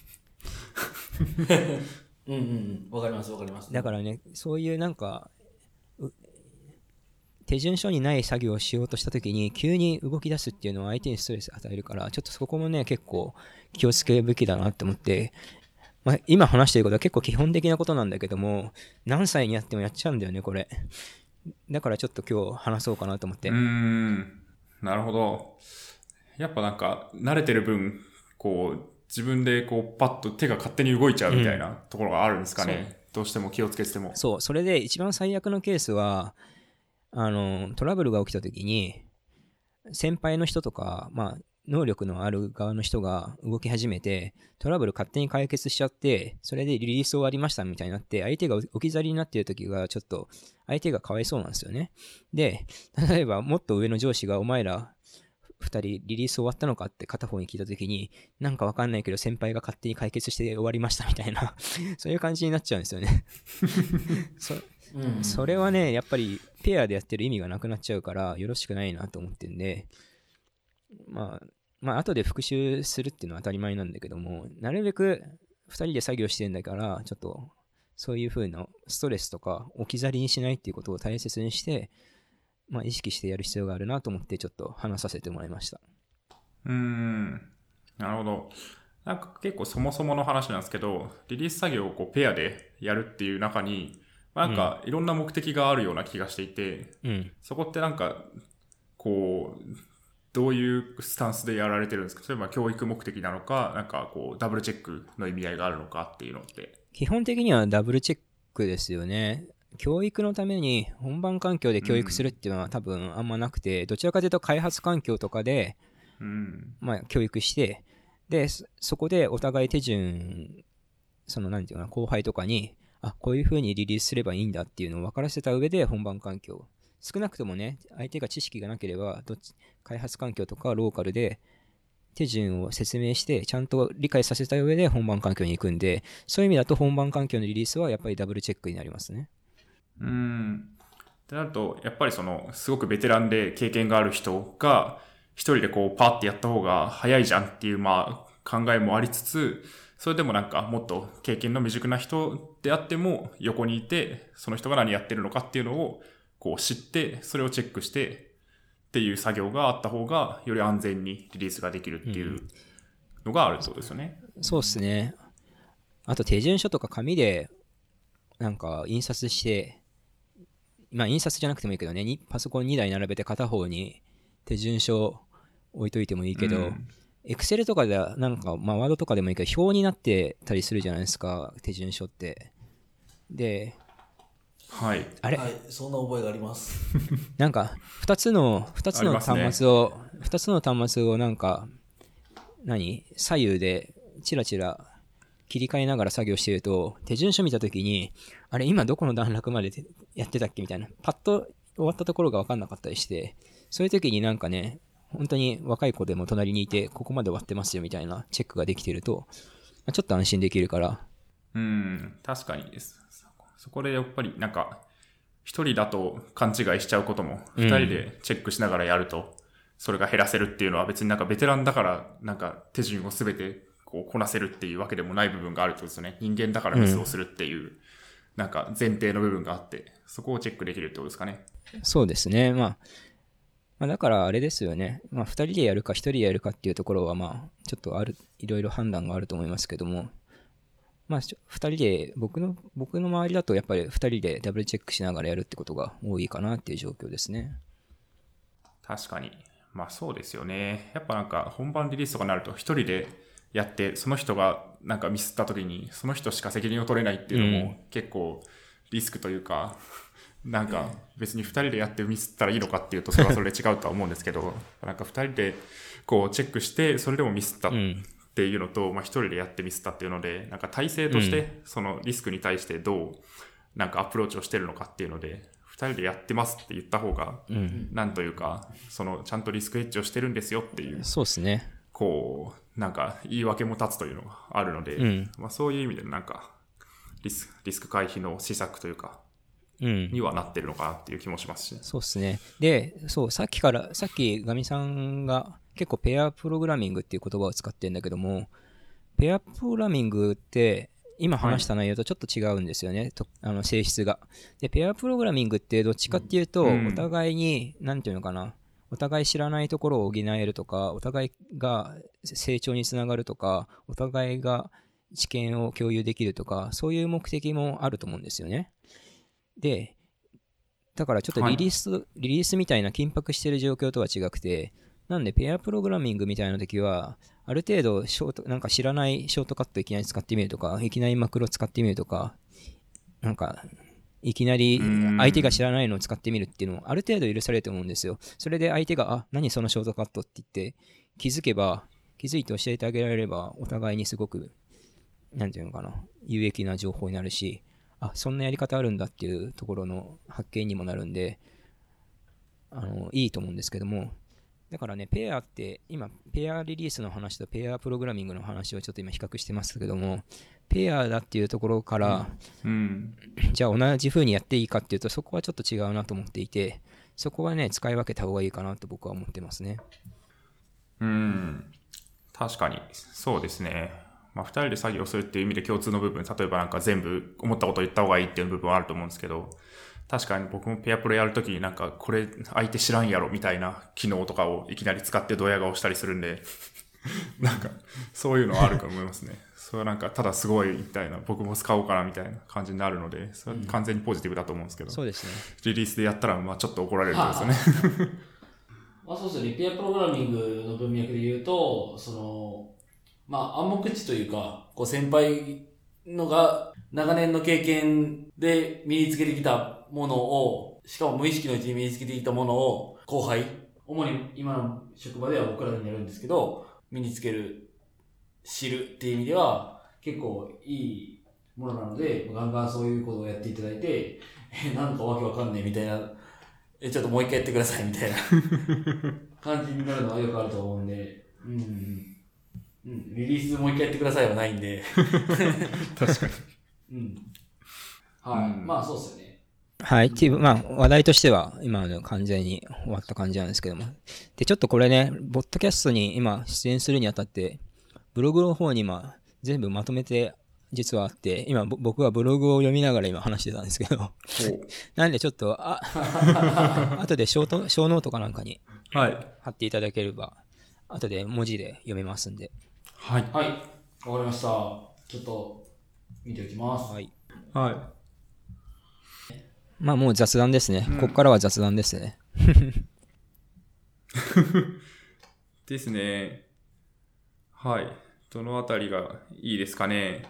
うんうんうん。わかりますわかります。 だからね、そういうなんか、手順書にない作業をしようとしたときに、急に動き出すっていうのは相手にストレスを与えるから、ちょっとそこもね、結構気をつけるべきだなって思って、まあ、今話していることは結構基本的なことなんだけども、何歳にやってもやっちゃうんだよね、これ。だからちょっと今日話そうかなと思って。 うーん。なるほど。やっぱなんか、慣れてる分、こう、自分でこう、パッと手が勝手に動いちゃうみたいなところがあるんですかね。うん、どうしても気をつけてても。 そう、それで一番最悪のケースは、あの、トラブルが起きたときに、先輩の人とか、まあ、能力のある側の人が動き始めて、トラブル勝手に解決しちゃって、それでリリース終わりましたみたいになって、相手が置き去りになっている時が、ちょっと、相手がかわいそうなんですよね。で、例えば、もっと上の上司が、お前ら、二人リリース終わったのかって片方に聞いた時に、なんかわかんないけど先輩が勝手に解決して終わりましたみたいな、そういう感じになっちゃうんですよね。そうん、それはね、やっぱりペアでやってる意味がなくなっちゃうからよろしくないなと思ってんで、まあ、まあ後で復習するっていうのは当たり前なんだけども、なるべくふたりで作業してんだから、ちょっとそういう風なストレスとか置き去りにしないっていうことを大切にして、まあ意識してやる必要があるなと思ってちょっと話させてもらいました。 うーん、なるほど。なんか結構そもそもの話なんですけど、リリース作業をこうペアでやるっていう中に、なんかいろんな目的があるような気がしていて、 うん、 そこってなんかこうどういうスタンスでやられてるんですか？例えば教育目的なのか、なんかこうダブルチェックの意味合いがあるのかっていうのって。 基本的にはダブルチェックですよね。教育のために本番環境で教育するっていうのは多分あんまなくて、どちらかというと開発環境とかで、 うん、 まあ教育して、で、そこでお互い手順、そのなんていうかな、後輩とかに、あ、こういう風にリリースすればいいんだっていうのを分からせた上で本番環境。少なくともね、相手が知識がなければ、どっち、開発環境とかローカルで手順を説明して、ちゃんと理解させた上で本番環境に行くんで、そういう意味だと本番環境のリリースはやっぱりダブルチェックになりますね。 うーん。ってなると、やっぱりその、すごくベテランで経験がある人が、一人でこうパーってやった方が早いじゃんっていうまあ考えもありつつ、それでもなんかもっと経験の未熟な人であっても横にいて、その人が何やってるのかっていうのをこう知って、それをチェックしてっていう作業があった方がより安全にリリースができるっていうのがあるってことですよね。 うん、そうですね。あと手順書とか紙でなんか印刷して、まあ印刷じゃなくてもいいけどね、パソコンにだい並べて片方に手順書置いといてもいいけど、エクセルとかではなんか、まあワードとかでもいいけど表になってたりするじゃないですか、手順書って。で、 はい。 あれ、 はい、そんな覚えがあります。 なんか二つの二つの端末を二、ね、つの端末をなんか何左右でチラチラ切り替えながら作業していると、手順書見たときに、あれ今どこの段落までやってたっけみたいな、パッと終わったところが分かんなかったりして、そういう時になんかね、本当に若い子でも隣にいて、ここまで終わってますよみたいなチェックができてると、ちょっと安心できるから。 うん、確かにです。そこでやっぱりなんか、一人だと勘違いしちゃうことも、二人でチェックしながらやると、それが減らせるっていうのは別になんかベテランだから、なんか手順をすべてこうこなせるっていうわけでもない部分があるってことですよね。人間だからミスをするっていうなんか前提の部分があって、そこをチェックできるってことですかね。 そうですね。まあ、まあ、だからあれですよね。まあ、ふたりでやるかひとりでやるかっていうところは、まあ、ちょっとある、いろいろ判断があると思いますけども、まあ、ふたりで、僕の、僕の周りだとやっぱりふたりでダブルチェックしながらやるってことが多いかなっていう状況ですね。 確かに。まあそうですよね。やっぱなんか本番リリースとかになると一人でやって、その人がなんかミスった時にその人しか責任を取れないっていうのも結構リスクというか、うん、なんか別にふたりでやってミスったらいいのかっていうとそれはそれで違うとは思うんですけど、なんかふたりでこうチェックしてそれでもミスったっていうのと、うん、まあひとりでやってミスったっていうので、なんか体制としてそのリスクに対してどうなんかアプローチをしてるのかっていうので、ふたりでやってますって言った方が、うん、なんというかそのちゃんとリスクヘッジをしてるんですよっていう、 そうですね、 こうなんか言い訳も立つというのがあるので、うん、まあ、そういう意味でなんかリス、リスク回避の施策というか、うん、にはなってるのかなっていう気もしますし、 そうですね。で、そうさっきからさっきガミさんが結構ペアプログラミングっていう言葉を使ってるんだけども、ペアプログラミングって今話した内容とちょっと違うんですよね、はい、とあの性質が。で、ペアプログラミングってどっちかっていうと、うん、お互いに、なんていうのかな、お互い知らないところを補えるとか、お互いが成長につながるとか、お互いが知見を共有できるとか、そういう目的もあると思うんですよね。で、だからちょっとリリース、はい、リリースみたいな緊迫してる状況とは違くて、なんでペアプログラミングみたいな時は、ある程度ショート、なんか知らないショートカットいきなり使ってみるとか、いきなりマクロ使ってみるとか、なんか、いきなり相手が知らないのを使ってみるっていうのもある程度許されると思うんですよ。それで相手が、あ、何そのショートカットって言って気づけば、気づいて教えてあげられれば、お互いにすごく、なんていうのかな、有益な情報になるし、あ、そんなやり方あるんだっていうところの発見にもなるんで、あの、いいと思うんですけども、だからね、ペアって、今、ペアリリースの話とペアプログラミングの話をちょっと今比較してますけども、ペアだっていうところから、うんうん、じゃあ同じ風にやっていいかっていうと、そこはちょっと違うなと思っていて、そこはね、使い分けた方がいいかなと僕は思ってますね。 うん、確かに、そうですね。まあ、ふたりで作業するっていう意味で共通の部分、例えばなんか全部思ったことを言った方がいいっていう部分はあると思うんですけど、確かに僕もペアプロやるときになんかこれ相手知らんやろみたいな機能とかをいきなり使ってドヤ顔したりするんでなんかそういうのはあると思いますね。それはなんかただすごいみたいな、僕も使おうかなみたいな感じになるので、それは完全にポジティブだと思うんですけど、うん、 そうですね。 リリースでやったらまあちょっと怒られるんですよね。 まあそうですね。ペアプログラミングの文脈で言うと、そのまあ暗黙知というか、こう先輩のが長年の経験で身につけてきたものを、しかも無意識のうちに身につけていたものを後輩、主に今の職場では僕らにやるんですけど、身につける、知るっていう意味では結構いいものなので、ガンガンそういうことをやっていただいて、え、なんかわけわかんねえみたいな、え、ちょっともう一回やってくださいみたいな感じになるのはよくあると思うんで、うん、うん、リリースもう一回やってくださいはないんで確かに、 うん、はい、うん、まあそうですよね。 はい。っていう、まあ、話題としては、今の完全に終わった感じなんですけども。で、ちょっとこれね、ボッドキャストに今出演するにあたって、ブログの方に今、全部まとめて、実はあって、今、僕はブログを読みながら今話してたんですけど、なんでちょっと、あ、後でショート、ショーノートかなんかに貼っていただければ、後で文字で読めますんで。 はい。 はい。わかりました。ちょっと、見ておきます。 はい。 はい。 まあもう雑談ですね。うん、ここからは雑談ですね。 ですね。はい。どのあたりがいいですかね。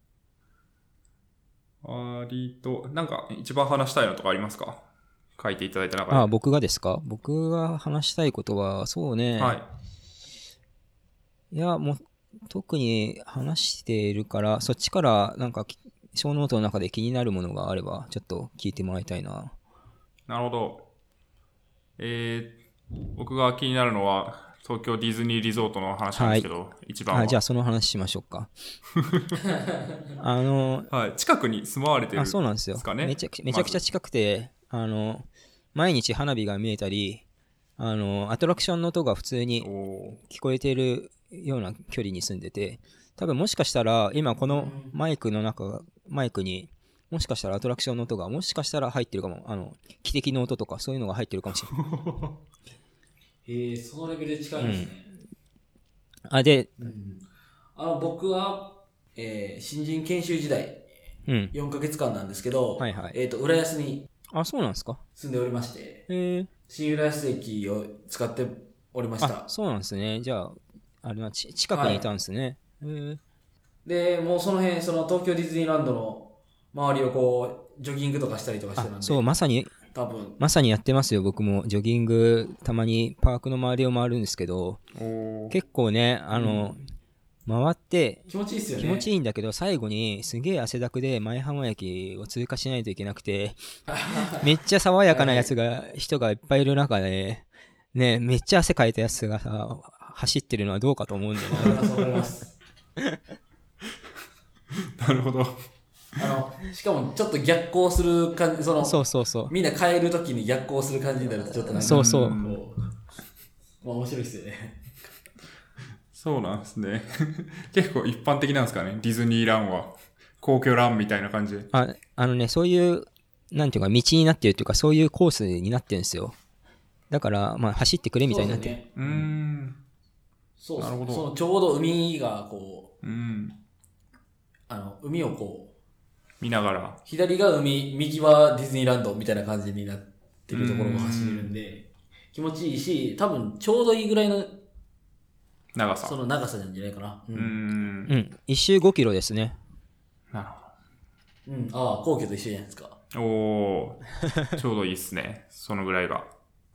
割と、なんか一番話したいのとかありますか？書いていただいた中で。 ああ、僕がですか？僕が話したいことは、そうね。 はい。 いや、もう、特に話しているから、そっちからなんか、小ノートの中で気になるものがあれば、ちょっと聞いてもらいたいな。 なるほど。えー、僕が気になるのは、東京ディズニーリゾートの話なんですけど、はい、一番は。 あ、じゃあその話しましょうか。あの、 はい、近くに住まわれてるんですかね。 あ、そうなんですよ。めちゃめちゃくちゃ近くて、あの、毎日花火が見えたり、あの、アトラクションの音が普通に聞こえているような距離に住んでて、多分もしかしたら今このマイクの中マイクにもしかしたらアトラクションの音がもしかしたら入ってるかも。あの汽笛の音とかそういうのが入ってるかもしれないえー、そのレベルで近いんですね。 うん、あで、 うん、あの僕は、えー、新人研修時代、うん、よんかげつかんなんですけど、はいはい、えーと浦安にあそうなんですか住んでおりまして、 へー、 新浦安駅を使っておりました。 あそうなんですね。じゃああれはち近くにいたんですね、はい、へー、 でもうその辺その東京ディズニーランドの周りをこうジョギングとかしたりとかしてたんで、 そうまさに多分まさにやってますよ。僕もジョギングたまにパークの周りを回るんですけど、結構ねあの、うん、回って気持ちいいっすよね。 気持ちいいんだけど最後にすげえ汗だくで前浜駅を通過しないといけなくてめっちゃ爽やかなやつが、はい、人がいっぱいいる中でね、めっちゃ汗かいたやつがさ走ってるのはどうかと思うんだよね。 わかりますなるほど。 あのしかもちょっと逆行する感じ、そのそうそうそう、 みんな帰るときに逆行する感じになるとちょっとなんかそうそう、 まあ面白いっすよね。 そうなんですね。結構一般的なんですかね、ディズニーランは。皇居ランみたいな感じで。 あ、あのね、そういう、なんていうか、道になってるっていうか、そういうコースになってるんですよ。だから、まあ、走ってくれみたいになってる。 うーん。そうですね。そのちょうど海がこう、うん、あの、海をこう、 見ながら。 左が海、右はディズニーランドみたいな感じになってるところを走れるんで、気持ちいいし、多分ちょうどいいぐらいの長さ。 その長さなんじゃないかな。 うん。うん。一周ごキロですね。 なるほど。うん。ああ、皇居と一緒じゃないですか。 おー、ちょうどいいっすね。そのぐらいが。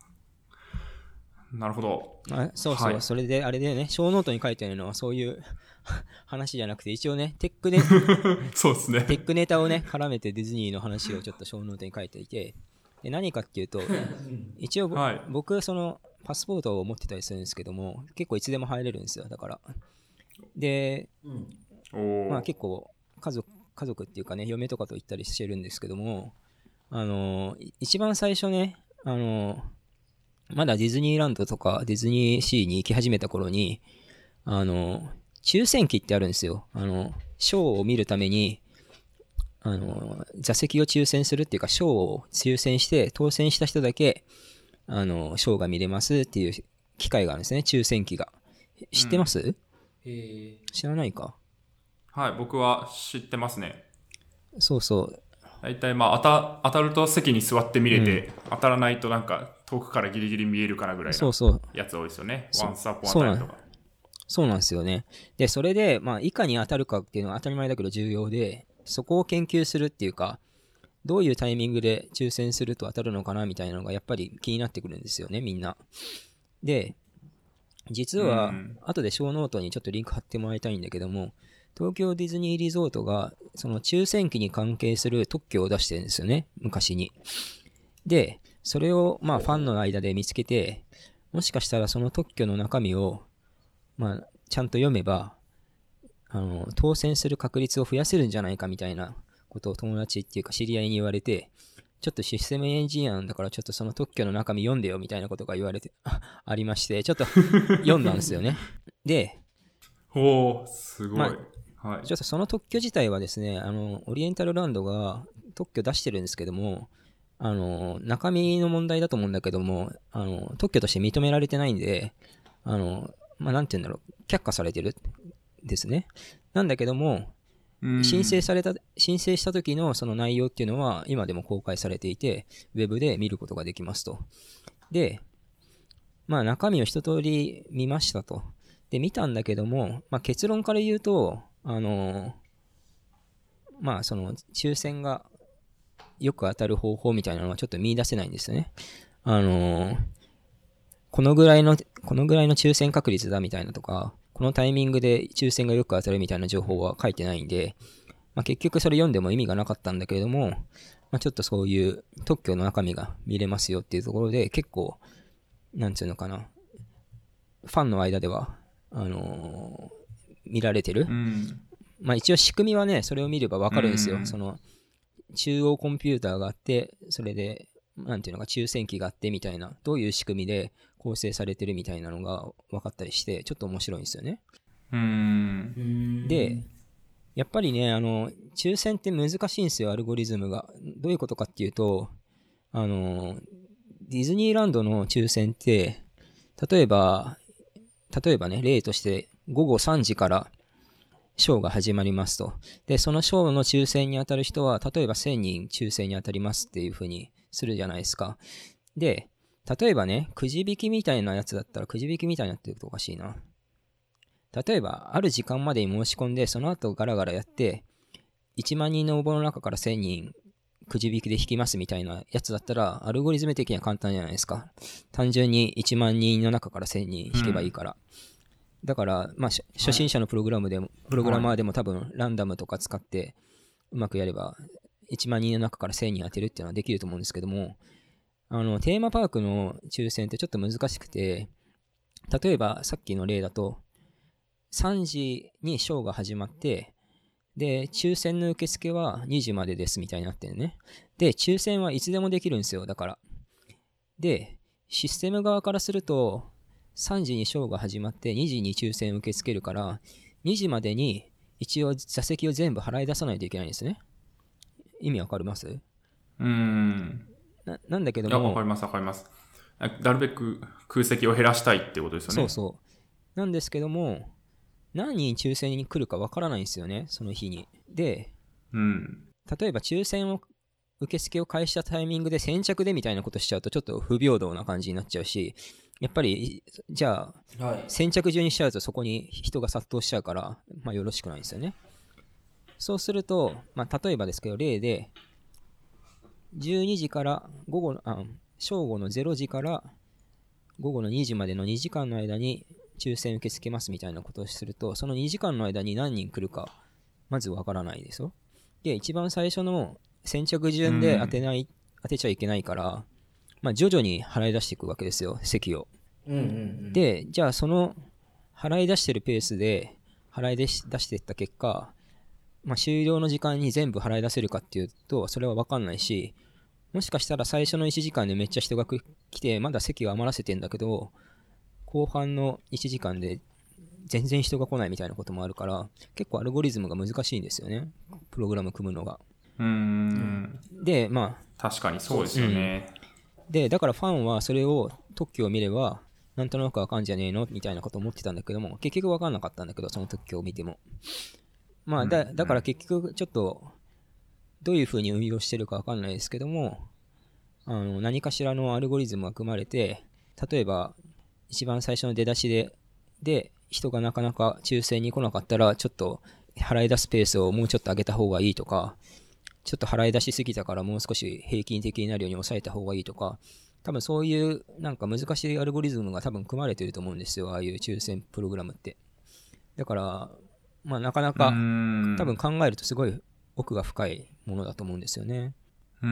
なるほど。 あそうそう、はい、それであれでね、小ノートに書いてあるのはそういう話じゃなくて、一応ね、テックで、 そうですね。 テックネタをね、絡めてディズニーの話をちょっと小ノートに書いていて、で何かっていうと、一応、はい、僕、その、パスポートを持ってたりするんですけども、結構いつでも入れるんですよ、だから。で、うん、まあ結構、家族、家族っていうかね、嫁とかと行ったりしてるんですけども、あの、一番最初ね、あの、まだディズニーランドとかディズニーシーに行き始めた頃に、あの、抽選機ってあるんですよ。あの、ショーを見るために、あの、座席を抽選するっていうか、ショーを抽選して、当選した人だけ、あの、ショーが見れますっていう機会があるんですね、抽選機が。知ってます？うん、へ知らないか。 はい、僕は知ってますね。 そうそう。 大体まあ当た、当たると席に座って見れて、うん、当たらないとなんか遠くからギリギリ見えるかなぐらいのやつ多いですよね。ワンサーポン当たりとか。 そうなんですよね。で、それで、まあ、いかに当たるかっていうのは当たり前だけど重要で、そこを研究するっていうか、どういうタイミングで抽選すると当たるのかなみたいなのがやっぱり気になってくるんですよね、みんな。で、実は、後で小ノートにちょっとリンク貼ってもらいたいんだけども、東京ディズニーリゾートが、その抽選機に関係する特許を出してるんですよね、昔に。で、それを、まあ、ファンの間で見つけて、もしかしたらその特許の中身を、まあ、ちゃんと読めば、あの、当選する確率を増やせるんじゃないかみたいなことを友達っていうか知り合いに言われて、ちょっとシステムエンジニアなんだからちょっとその特許の中身読んでよみたいなことが言われて、ありまして、ちょっと読んだんですよね。で、 おー、すごい。 まあ、はい。ちょっとその特許自体はですね、あの、オリエンタルランドが特許出してるんですけども、あの、中身の問題だと思うんだけども、あの、特許として認められてないんで、あの、まあ、なんて言うんだろう、却下されてるですね。なんだけども、申請された、申請した時のその内容っていうのは今でも公開されていて、ウェブで見ることができますと。で、まあ中身を一通り見ましたと。で、見たんだけども、まあ結論から言うと、あの、まあその抽選がよく当たる方法みたいなのはちょっと見出せないんですよね。あの、このぐらいの、このぐらいの抽選確率だみたいなとか、このタイミングで抽選がよく当たるみたいな情報は書いてないんで、まあ、結局それ読んでも意味がなかったんだけれども、まあ、ちょっとそういう特許の中身が見れますよっていうところで結構、なんつうのかな、ファンの間では、あのー、見られてる、うん、まあ一応仕組みはね、それを見ればわかるんですよ、うん、その中央コンピューターがあって、それでなんていうのか抽選機があってみたいな、どういう仕組みで構成されてるみたいなのが分かったりして、ちょっと面白いんですよね。うーんで、 やっぱりね、あの、抽選って難しいんですよ、アルゴリズムが。どういうことかっていうと、あの、ディズニーランドの抽選って、例えば、例えばね、例としてごごさんじからショーが始まりますと。で、そのショーの抽選に当たる人は、例えばせんにん抽選に当たりますっていう風にするじゃないですか。で、例えばね、くじ引きみたいなやつだったら、くじ引きみたいになってるとおかしいな。例えば、ある時間までに申し込んで、その後ガラガラやって、いちまんにんの応募の中からせんにんくじ引きで引きますみたいなやつだったら、アルゴリズム的には簡単じゃないですか。単純にいちまんにんの中からせんにん引けばいいから。うん、だから、まあ、初心者のプログラムでも、プログラマーでも多分ランダムとか使ってうまくやれば、いちまんにんの中からせんにん当てるっていうのはできると思うんですけども、あの、テーマパークの抽選ってちょっと難しくて、例えばさっきの例だと、さんじにショーが始まって、で、抽選の受付はにじまでですみたいになってるね。で、抽選はいつでもできるんですよ、だから。で、システム側からすると、さんじにショーが始まってにじに抽選を受け付けるから、にじまでに一応座席を全部払い出さないといけないんですね。意味わかります？ うーん。 な, なんだけども。 いや、わかりますわかります。なるべく空席を減らしたいってことですよね。 そうそう。なんですけども、何人抽選に来るかわからないんですよね、その日に。で、 うん、 例えば抽選を受付を開始したタイミングで先着でみたいなことしちゃうとちょっと不平等な感じになっちゃうし、やっぱりじゃあ、はい、先着順にしちゃうとそこに人が殺到しちゃうから、まあ、よろしくないんですよね。そうすると、まあ、例えばですけど例でじゅうにじから午後のあ正午のれいじから午後のにじまでのにじかんの間に抽選受け付けますみたいなことをすると、そのにじかんの間に何人来るかまずわからないですよ。で、一番最初の先着順で当てない、うん、当てちゃいけないから、まあ、徐々に払い出していくわけですよ、席を。 うんうんうん、 で、じゃあその払い出してるペースで払い出し出していった結果、まあ、終了の時間に全部払い出せるかっていうと、それは分かんないし、もしかしたら最初のいちじかんでめっちゃ人が来て、まだ席を余らせてんだけど、後半のいちじかんで全然人が来ないみたいなこともあるから、結構アルゴリズムが難しいんですよね、プログラム組むのが。 うーん。 で、まあ。 確かにそうですよね。 うん、で、だからファンはそれを特許を見れば、なんとなくわかんじゃねえのみたいなこと思ってたんだけども、結局わかんなかったんだけど、その特許を見ても。まあ、だ, だから結局ちょっと、どういう風に運用してるかわかんないですけども、あの何かしらのアルゴリズムが組まれて、例えば、一番最初の出だしで、で、人がなかなか抽選に来なかったら、ちょっと払い出すペースをもうちょっと上げた方がいいとか、ちょっと払い出しすぎたからもう少し平均的になるように抑えた方がいいとか、多分そういうなんか難しいアルゴリズムが多分組まれてると思うんですよ、ああいう抽選プログラムって。だから、まあなかなか多分考えるとすごい奥が深いものだと思うんですよね。 うん。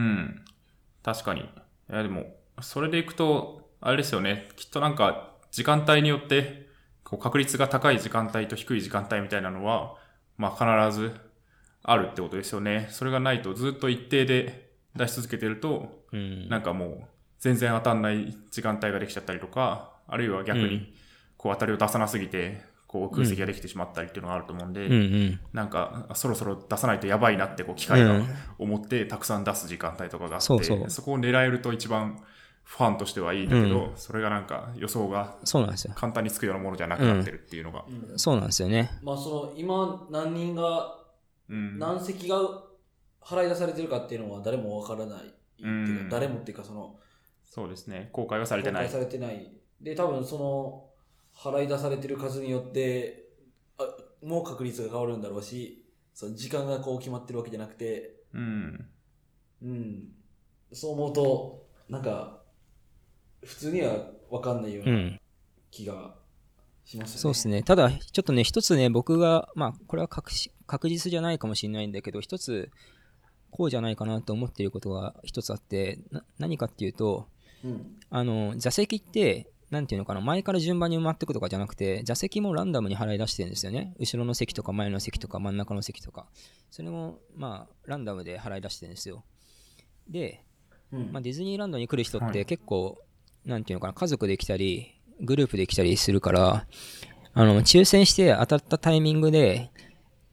確かに。いやでも、それでいくと、あれですよね。きっとなんか、時間帯によって、こう確率が高い時間帯と低い時間帯みたいなのは、まあ必ずあるってことですよね。それがないとずっと一定で出し続けてると、うん、なんかもう全然当たんない時間帯ができちゃったりとか、あるいは逆にこう当たりを出さなすぎて、こう空席ができてしまったりっていうのがあると思うんで、うんうん、なんかそろそろ出さないとやばいなってこう機械が思ってたくさん出す時間帯とかがあって、そうそう、そこを狙えると一番ファンとしてはいいんだけど、うん、それがなんか予想が簡単につくようなものじゃなくなってるっていうのが、 うんうん、そうなんですよね。 まあその今何人が、うん、何席が払い出されてるかっていうのは誰もわからないっていうか、うん、誰もっていうかそのそうですね、公開はされてない。 公開されてない。で多分その払い出されてる数によってあもう確率が変わるんだろうし、その時間がこう決まってるわけじゃなくて、 うんうん、そう思うとなんか普通には分かんないような気がしますね、うん、 そうですね。ただちょっとね一つね僕がまあこれは 確, 確実じゃないかもしれないんだけど一つこうじゃないかなと思っていることが一つあって、な何かっていうと、うん、あの座席ってなんていうのかな、前から順番に埋まっていくとかじゃなくて、座席もランダムに払い出してるんですよね。後ろの席とか前の席とか真ん中の席とか、それもまあランダムで払い出してるんですよ。で、うんまあ、ディズニーランドに来る人って結構、はい、なんていうのかな、家族で来たりグループで来たりするから、あの抽選して当たったタイミングで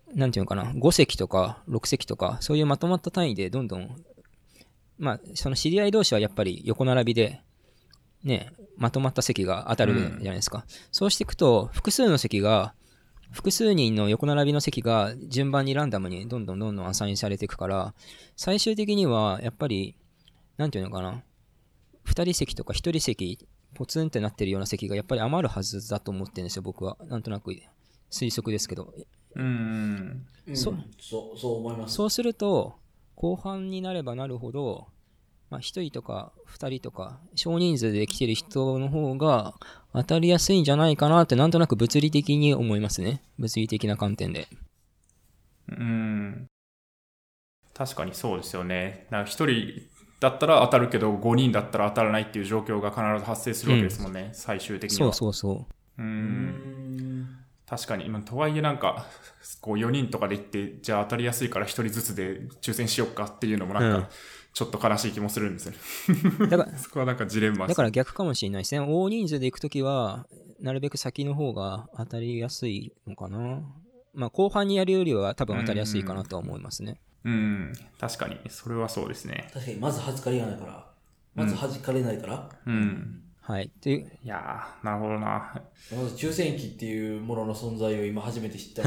なんていうのかな、ご席とかろく席とか、そういうまとまった単位でどんどん、まあ、その知り合い同士はやっぱり横並びで、ね、まとまった席が当たるじゃないですか。うん、そうしていくと、複数の席が、複数人の横並びの席が順番にランダムにどんどんどんどんアサインされていくから、最終的にはやっぱり、なんていうのかな、ふたり席とかひとり席、ポツンってなってるような席がやっぱり余るはずだと思ってるんですよ、僕は。なんとなく推測ですけど。 うーん。 そ、うん、そう、そう思います。 そうすると、後半になればなるほど、まあ、ひとりとかふたりとか少人数で来てる人の方が当たりやすいんじゃないかなってなんとなく物理的に思いますね。物理的な観点で。 うーん。確かにそうですよね。なんかひとりだったら当たるけどごにんだったら当たらないっていう状況が必ず発生するわけですもんね、うん、最終的には。 そうそうそう。 うーん。確かに、今とはいえなんかこうよにんとかで行ってじゃあ当たりやすいからひとりずつで抽選しよっかっていうのもなんか、うん、ちょっと悲しい気もするんですよね。だからそこはなんかジレンマです。 だから逆かもしれないですね。大人数で行くときは、なるべく先の方が当たりやすいのかな。まあ後半にやるよりは多分当たりやすいかなとは思いますね。 うん、うん、確かに。それはそうですね。 確かに、まず弾かれないから。まず弾かれないから。 うん。うん、 はい。っていう。 いやー、なるほどな。 まず抽選機っていうものの存在を今初めて知った。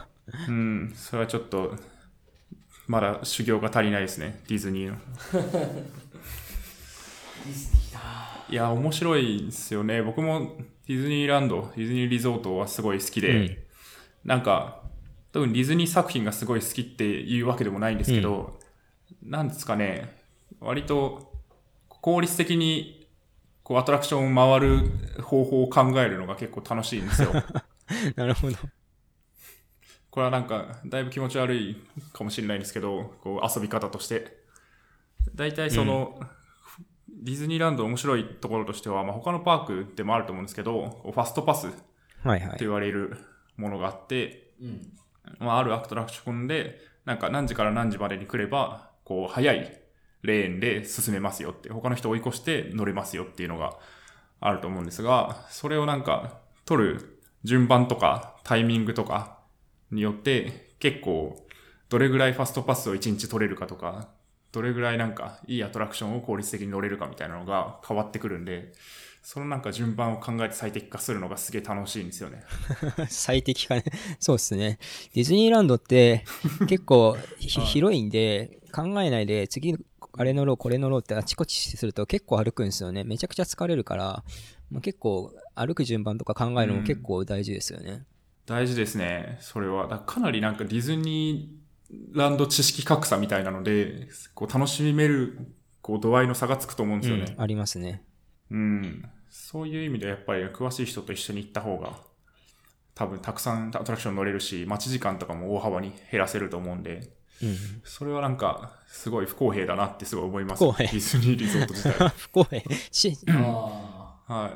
うん、それはちょっと、まだ修行が足りないですね、ディズニーの。 ディズニーだ。 いや、面白いですよね。僕もディズニーランド、ディズニーリゾートはすごい好きで、うん、なんか、多分ディズニー作品がすごい好きっていうわけでもないんですけど、うん、なんですかね、割と効率的にこうアトラクションを回る方法を考えるのが結構楽しいんですよ。 なるほど。 これはなんか、だいぶ気持ち悪いかもしれないんですけど、こう遊び方として。大体その、うん、ディズニーランド面白いところとしては、まあ、他のパークでもあると思うんですけど、ファストパスと言われるものがあって、 はいはい、 まあ、あるアトラクションで、なんか何時から何時までに来れば、こう、早いレーンで進めますよって、他の人を追い越して乗れますよっていうのがあると思うんですが、それをなんか、取る順番とかタイミングとかによって、結構、どれぐらいファストパスをいちにち取れるかとか、どれぐらいなんかいいアトラクションを効率的に乗れるかみたいなのが変わってくるんで、そのなんか順番を考えて最適化するのがすげえ楽しいんですよね。 最適化ね。そうですね。ディズニーランドって結構広いんで、考えないで次あれ乗ろうこれ乗ろうってあちこちすると結構歩くんですよね。めちゃくちゃ疲れるから、まあ、結構歩く順番とか考えるのも結構大事ですよね。うん、 大事ですね。それは。だかなりなんかディズニーランド知識格差みたいなので、こう楽しめるこう度合いの差がつくと思うんですよね。 うん、ありますね。 うん。そういう意味でやっぱり詳しい人と一緒に行った方が多分たくさんアトラクション乗れるし、待ち時間とかも大幅に減らせると思うんで、 うん、 それはなんかすごい不公平だなってすごい思います。ディズニーリゾート自体。 不公平。しあはい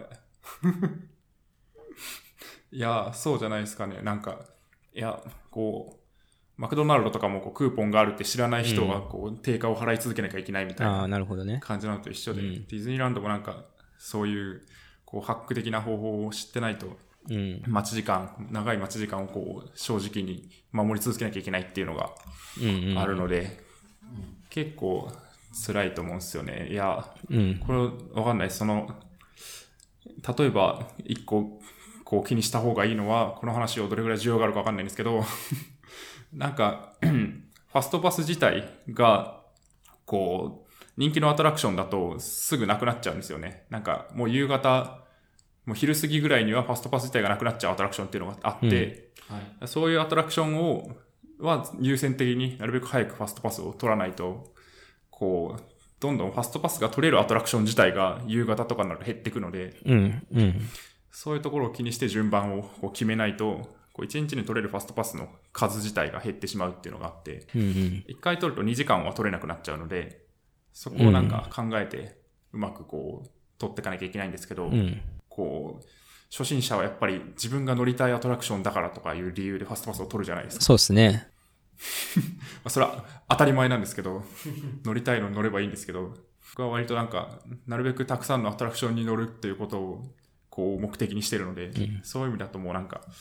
。いや、そうじゃないですかね。なんか、いや、こう、マクドナルドとかもこうクーポンがあるって知らない人がこう定価を払い続けなきゃいけないみたいな感じなのと一緒で、うん、ディズニーランドもなんかそういうこうハック的な方法を知ってないと、待ち時間、長い待ち時間をこう正直に守り続けなきゃいけないっていうのがあるので、うんうん、結構辛いと思うんですよね。いや、 うん、 これわかんない。その、例えば一個こう気にした方がいいのは、この話をどれぐらい需要があるかわかんないんですけど、なんか、ファストパス自体が、こう、人気のアトラクションだとすぐなくなっちゃうんですよね。なんか、もう夕方、もう昼過ぎぐらいにはファストパス自体がなくなっちゃうアトラクションっていうのがあって、 うんはい、 そういうアトラクションを、は優先的になるべく早くファストパスを取らないと、こう、どんどんファストパスが取れるアトラクション自体が夕方とかになると減っていくので、 うんうん、 そういうところを気にして順番をこう決めないと、こういちにちに取れるファストパスの数自体が減ってしまうっていうのがあって、 うんうん、 いっかい取るとにじかんは取れなくなっちゃうので、そこをなんか考えてうまくこう取っていかなきゃいけないんですけど、 うん、 こう初心者はやっぱり自分が乗りたいアトラクションだからとかいう理由でファストパスを取るじゃないですか。 そうですね。 それは当たり前なんですけど、乗りたいのに乗ればいいんですけど、僕は割となんかなるべくたくさんのアトラクションに乗るっていうことをこう目的にしてるので、 うん、 そういう意味だともうなんか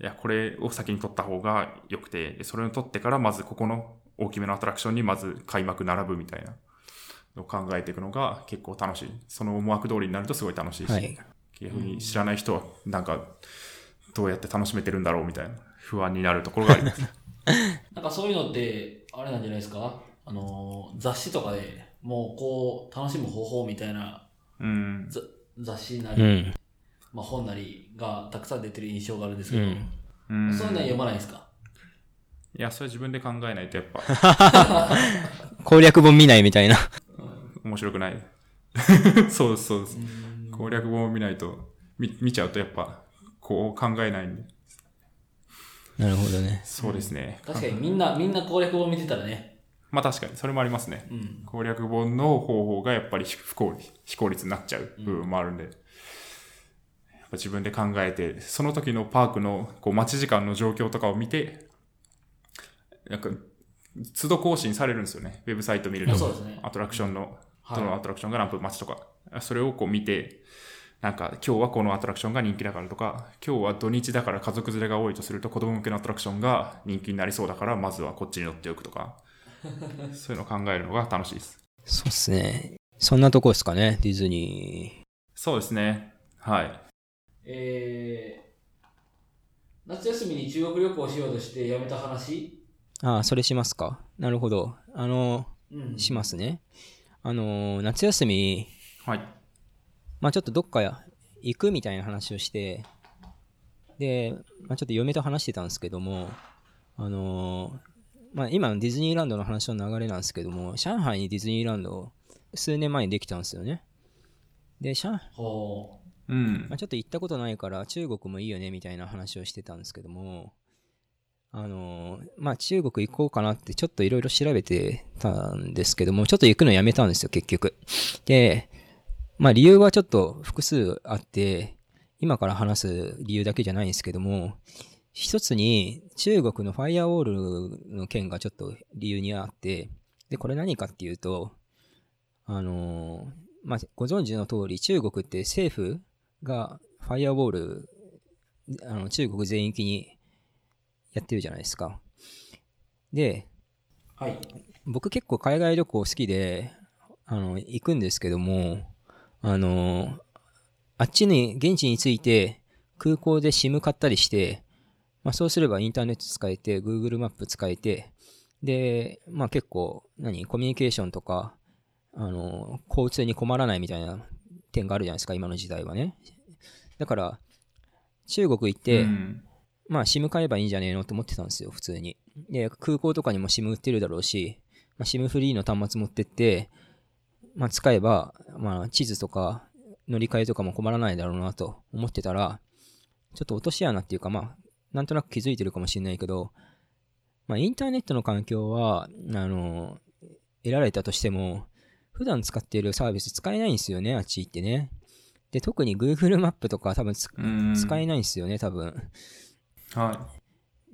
いや、これを先に取った方が良くて、でそれを取ってからまずここの大きめのアトラクションにまず開幕並ぶみたいなのを考えていくのが結構楽しい。その思惑通りになるとすごい楽しいし、はい、逆に知らない人はなんかどうやって楽しめてるんだろうみたいな不安になるところがあります。 なんかそういうのってあれなんじゃないですか？あの雑誌とかでもうこう楽しむ方法みたいな、うん、雑誌なり、うん、まあ、本なりがたくさん出てる印象があるんですけど、うん、そういうのは読まないですか？ いや、それ自分で考えないとやっぱ攻略本見ないみたいな面白くないそうですそうです、攻略本を見ないと 見, 見ちゃうとやっぱこう考えないんで。 なるほどね。 そうですね、 うん、確かにみんなみんな攻略本見てたらね、 まあ確かにそれもありますね、うん、攻略本の方法がやっぱり不効率非効率になっちゃう部分もあるんで、うん、やっぱ自分で考えてその時のパークのこう待ち時間の状況とかを見て、なんか都度更新されるんですよね、ウェブサイト見ると、ね、アトラクションの、うん、どのアトラクションが何分待ちとか、はい、それをこう見て、なんか今日はこのアトラクションが人気だからとか、今日は土日だから家族連れが多いとすると子供向けのアトラクションが人気になりそうだからまずはこっちに乗っておくとかそういうのを考えるのが楽しいです。 そうですね。そんなとこですかね、ディズニー。 そうですね。はい。 えー、夏休みに中国旅行しようとしてやめた話？ ああ、それしますか。なるほど。あの、うん、しますね。あの、夏休み、 はい。 まあちょっとどっか行くみたいな話をして、で、まあ、ちょっと嫁と話してたんですけども、あのー、まあ今のディズニーランドの話の流れなんですけども、上海にディズニーランド数年前にできたんですよね。で、上海、うん、まあ、ちょっと行ったことないから中国もいいよねみたいな話をしてたんですけども、あのー、まあ中国行こうかなってちょっといろいろ調べてたんですけども、ちょっと行くのやめたんですよ結局。で、まあ理由はちょっと複数あって、今から話す理由だけじゃないんですけども、一つに中国のファイアウォールの件がちょっと理由にあって、で、これ何かっていうと、あのー、まあご存知の通り中国って政府がファイアウォール、あの中国全域にやってるじゃないですか。で、 はい、 僕結構海外旅行好きで、あの、行くんですけども、あの、あっちに、現地に着いて、空港で SIM 買ったりして、まあそうすればインターネット使えて、Google マップ使えて、で、まあ結構、何、コミュニケーションとか、あの、交通に困らないみたいな点があるじゃないですか、今の時代はね。だから、中国行って、うん、まあ SIM 買えばいいんじゃねえのって思ってたんですよ、普通に。で、空港とかにも SIM 売ってるだろうし、まあ、SIM フリーの端末持ってって、まあ使えば、まあ地図とか乗り換えとかも困らないだろうなと思ってたら、ちょっと落とし穴っていうか、まあ、なんとなく気づいてるかもしれないけど、まあインターネットの環境は、あの、得られたとしても、普段使っているサービス使えないんですよね、あっち行ってね。で、特に Google マップとか多分使えないんですよね、多分。 はい。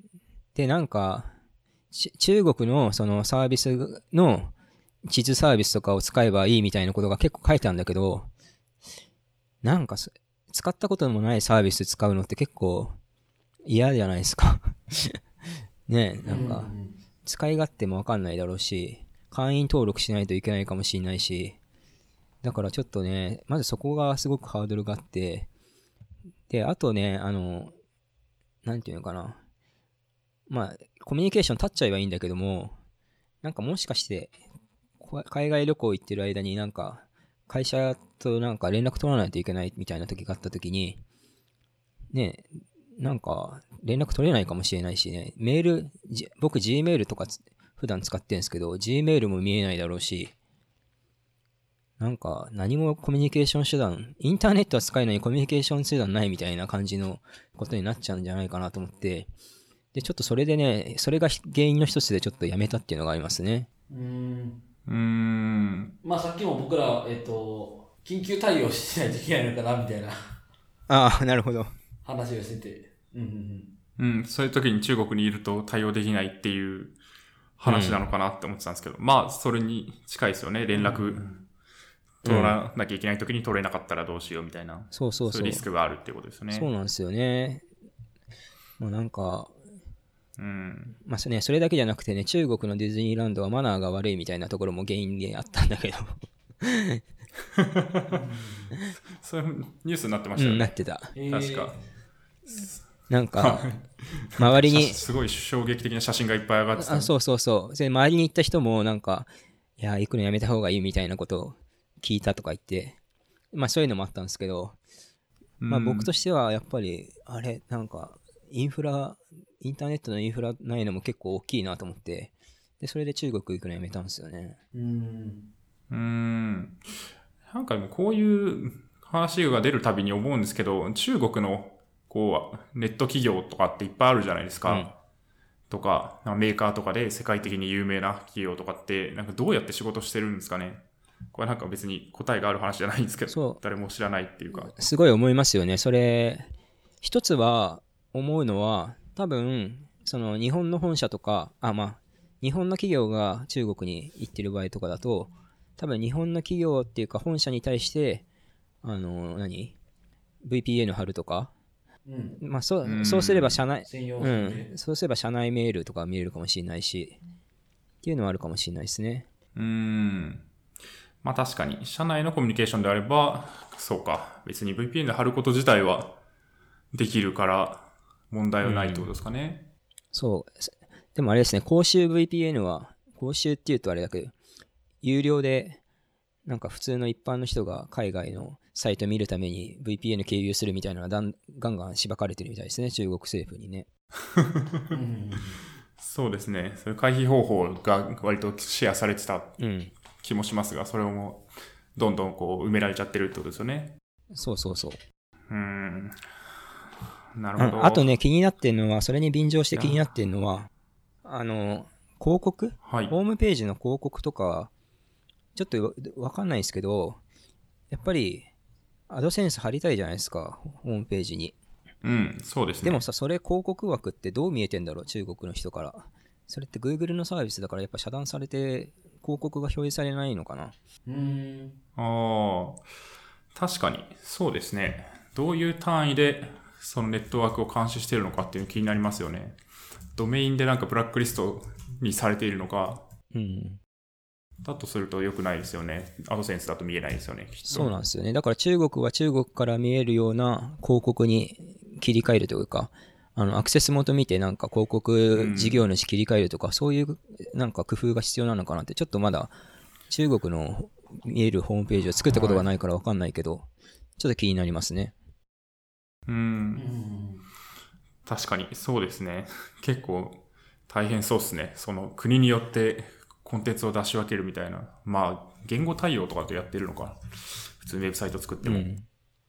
で、なんか、中国のそのサービスの地図サービスとかを使えばいいみたいなことが結構書いてあるんだけど、なんか使ったこともないサービス使うのって結構嫌じゃないですか。ねえ、なんか、使い勝手もわかんないだろうし、会員登録しないといけないかもしれないし、だからちょっとね、まずそこがすごくハードルがあって、で、あとね、あの、なんていうのかな。まあ、コミュニケーション立っちゃえばいいんだけども、なんかもしかして、海外旅行行ってる間になんか、会社となんか連絡取らないといけないみたいな時があった時に、ね、なんか連絡取れないかもしれないしね、メール、僕 Gmail とか普段使ってるんですけど、Gmail も見えないだろうし、なんか何もコミュニケーション手段、インターネットは使えるのにコミュニケーション手段ないみたいな感じのことになっちゃうんじゃないかなと思って、で、ちょっとそれでね、それが原因の一つでちょっとやめたっていうのがありますね。 うーん。 うーん。 まあさっきも僕ら、えっと、緊急対応しないといけないのかな、みたいな。 ああ、なるほど。 話をしてて。うんうんうん。うん、そういう時に中国にいると対応できないっていう話なのかなって思ってたんですけど、うん、まあ、それに近いですよね。連絡取らなきゃいけない時に取れなかったらどうしようみたいな。 そうそうそう。 そういうリスクがあるってことですよね。 そうなんですよね。 もうなんか、 うん。 まあそれね、それだけじゃなくてね、中国のディズニーランドはマナーが悪いみたいなところも原因であったんだけど。 そういうニュースになってまうん、なっしたよね。 てた。 えー確か。 なんか、周りに、 写すごい衝撃的な写真がいっぱい上がってた。 あ、そうそうそう。で、周りに行った人もなんか、いや、行くのやめた方がいいみたいなことを聞いたとか言って、まあそういうのもあったんですけど、まあ僕としてはやっぱり、あれ、なんか、インフラ、インターネットのインフラないのも結構大きいなと思って、で、それで中国行くのやめたんですよね。 うんうーん。なんかでもこういう話が出るたびに思うんですけど、中国のこうネット企業とかっていっぱいあるじゃないですか。 うんとか、メーカーとかで世界的に有名な企業とかって、なんかどうやって仕事してるんですかね。これなんか別に答えがある話じゃないんですけど、 そう誰も知らないっていうか。 すごい思いますよね。それ、一つは思うのは、多分、その日本の本社とか、あ、まあ、日本の企業が中国に行ってる場合とかだと、多分日本の企業っていうか本社に対して、あの、何 ブイピーエヌ 貼るとか、 うんまあそうんう、そうすれば社内、 専用う線でん、そうすれば社内メールとか見れるかもしれないし、っていうのはあるかもしれないですね。 うーん。まあ確かに、社内のコミュニケーションであれば、そうか。別に ブイピーエヌ で貼ること自体はできるから問題はないってことですかね。 そう。でもあれですね、公衆 ブイピーエヌ は、公衆っていうとあれだけど、有料で、なんか普通の一般の人が海外のサイト見るために ブイピーエヌ 経由するみたいなのがだんガンガンしばかれてるみたいですね、中国政府にね。 うんそうですね。そういう回避方法が割とシェアされてたうん。 気もしますが、それをもうどんどんこう埋められちゃってるってことですよね。 そうそうそう。 うーん。なるほど。 ああとね、気になってるのは、それに便乗して気になってるのは、あの、広告はい。 ホームページの広告とか、ちょっとわわかんないですけど、やっぱり、アドセンス貼りたいじゃないですか、ホームページに。 うん、そうですね。 でもさ、それ広告枠ってどう見えてんだろう、中国の人から。それって Google のサービスだからやっぱ遮断されて、広告が表示されないのかな。 うんああ、確かに、そうですね。どういう単位でそのネットワークを監視しているのかっていうの気になりますよね。ドメインでなんかブラックリストにされているのか、 うん。 だとすると良くないですよね。アドセンスだと見えないですよね。きっとそうなんですよね。だから中国は中国から見えるような広告に切り替えるというか、あの、アクセス元見てなんか広告事業主切り替えるとか、そういうなんか工夫が必要なのかなって、ちょっとまだ中国の見えるホームページを作ったことがないからわかんないけど、ちょっと気になりますね。 う。 うんん確かに、そうですね。結構大変そうですね。その国によってコンテンツを出し分けるみたいな。まあ、言語対応とかとやってるのか。普通にウェブサイト作っても。 うん。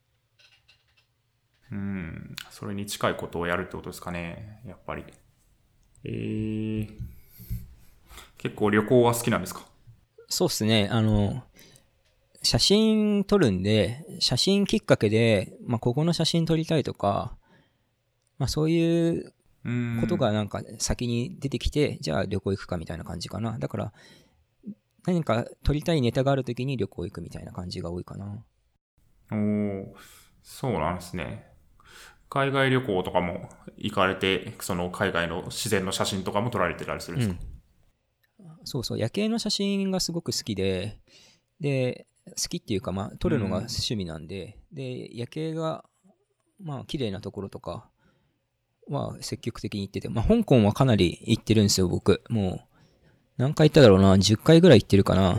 うん。それに近いことをやるってことですかね。やっぱり。えー、結構旅行は好きなんですか？ そうっすね。あの、写真撮るんで、写真きっかけで、まあ、ここの写真撮りたいとか、まあ、そういううん。 ことがなんか先に出てきて、じゃあ旅行行くかみたいな感じかな。だから、何か撮りたいネタがあるときに旅行行くみたいな感じが多いかな。 おー、そうなんですね。海外旅行とかも行かれて、その海外の自然の写真とかも撮られてたりするんですか？ そうそう、夜景の写真がすごく好きで、で、好きっていうか、まあ、撮るのが趣味なんで、で、夜景が、まあ、綺麗なところとかは積極的に行ってて、まあ、香港はかなり行ってるんですよ、僕。もう、何回行っただろうな、じゅっかいぐらい行ってるかな。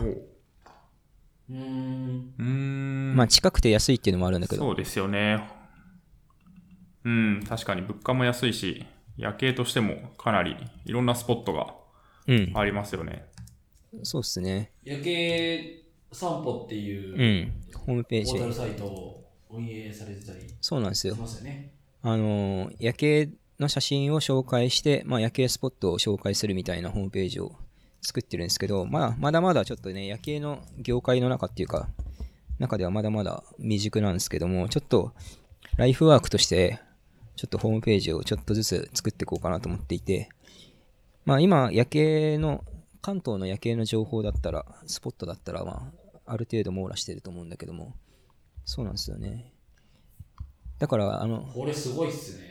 うんうーん。 まあ、近くて安いっていうのもあるんだけど。 そうですよね。うん、確かに物価も安いし、夜景としてもかなりいろんなスポットがうん。 ありますよね。 そうっすね。 夜景散歩ってう。 いうんホームページ。 ポータルサイトを運営されてたりそうなんですよし。ますよね。 あのー、夜景の写真を紹介して、まあ、夜景スポットを紹介するみたいなホームページを作ってるんですけど、まあ、まだまだちょっとね、夜景の業界の中っていうか、中ではまだまだ未熟なんですけども、ちょっとライフワークとして、ちょっとホームページをちょっとずつ作っていこうかなと思っていて、まあ今、夜景の、関東の夜景の情報だったら、スポットだったら、まあ、ある程度網羅してると思うんだけども、そうなんですよね。だから、あの、 これすごいっすね。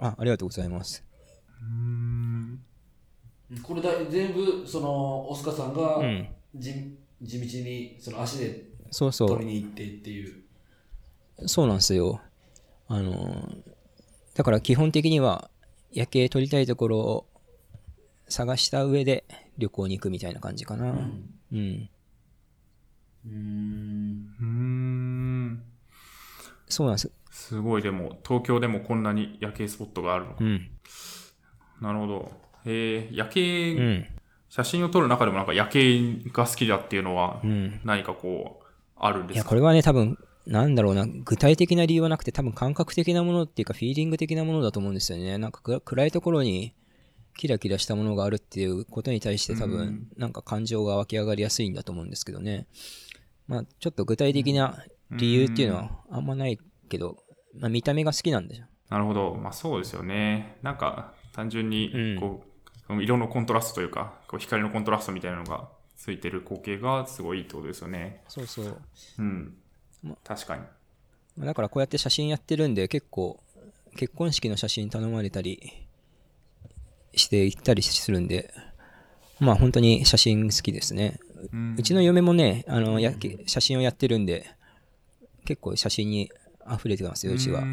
あ、ありがとうございます。 うーん。 これだ全部そのオスカさんがうんじ、地道にその足でそうそう取りに行ってっていう。 そうなんですよ。あのーだから基本的には夜景撮りたいところを探した上で旅行に行くみたいな感じかな。うん。うん、 うーん。 うーん。 そうなんです。 すごい、でも、東京でもこんなに夜景スポットがあるのか。 うん。 なるほど。えー、夜景、 うん。 写真を撮る中でもなんか夜景が好きだっていうのはうん。 何かこう、あるんですか？ いや、これはね、多分、なんだろうな、具体的な理由はなくて、多分感覚的なものっていうか、フィーリング的なものだと思うんですよね。なんか暗いところにキラキラしたものがあるっていうことに対して多分、なんか感情が湧き上がりやすいんだと思うんですけどね。まあ、ちょっと具体的な理由っていうのはあんまないけど、まあ、見た目が好きなんでしょ。 なるほど。まあそうですよね。なんか単純にこう、うん、色のコントラストというか、こう光のコントラストみたいなのがついてる光景がすごいいいってことですよね。 そうそう。 うん。確かに。 だからこうやって写真やってるんで、結構結婚式の写真頼まれたりして行ったりするんで、まあ本当に写真好きですね。うん、うちの嫁もね、あのや写真をやってるんで、結構写真に溢れてますよ、うちは。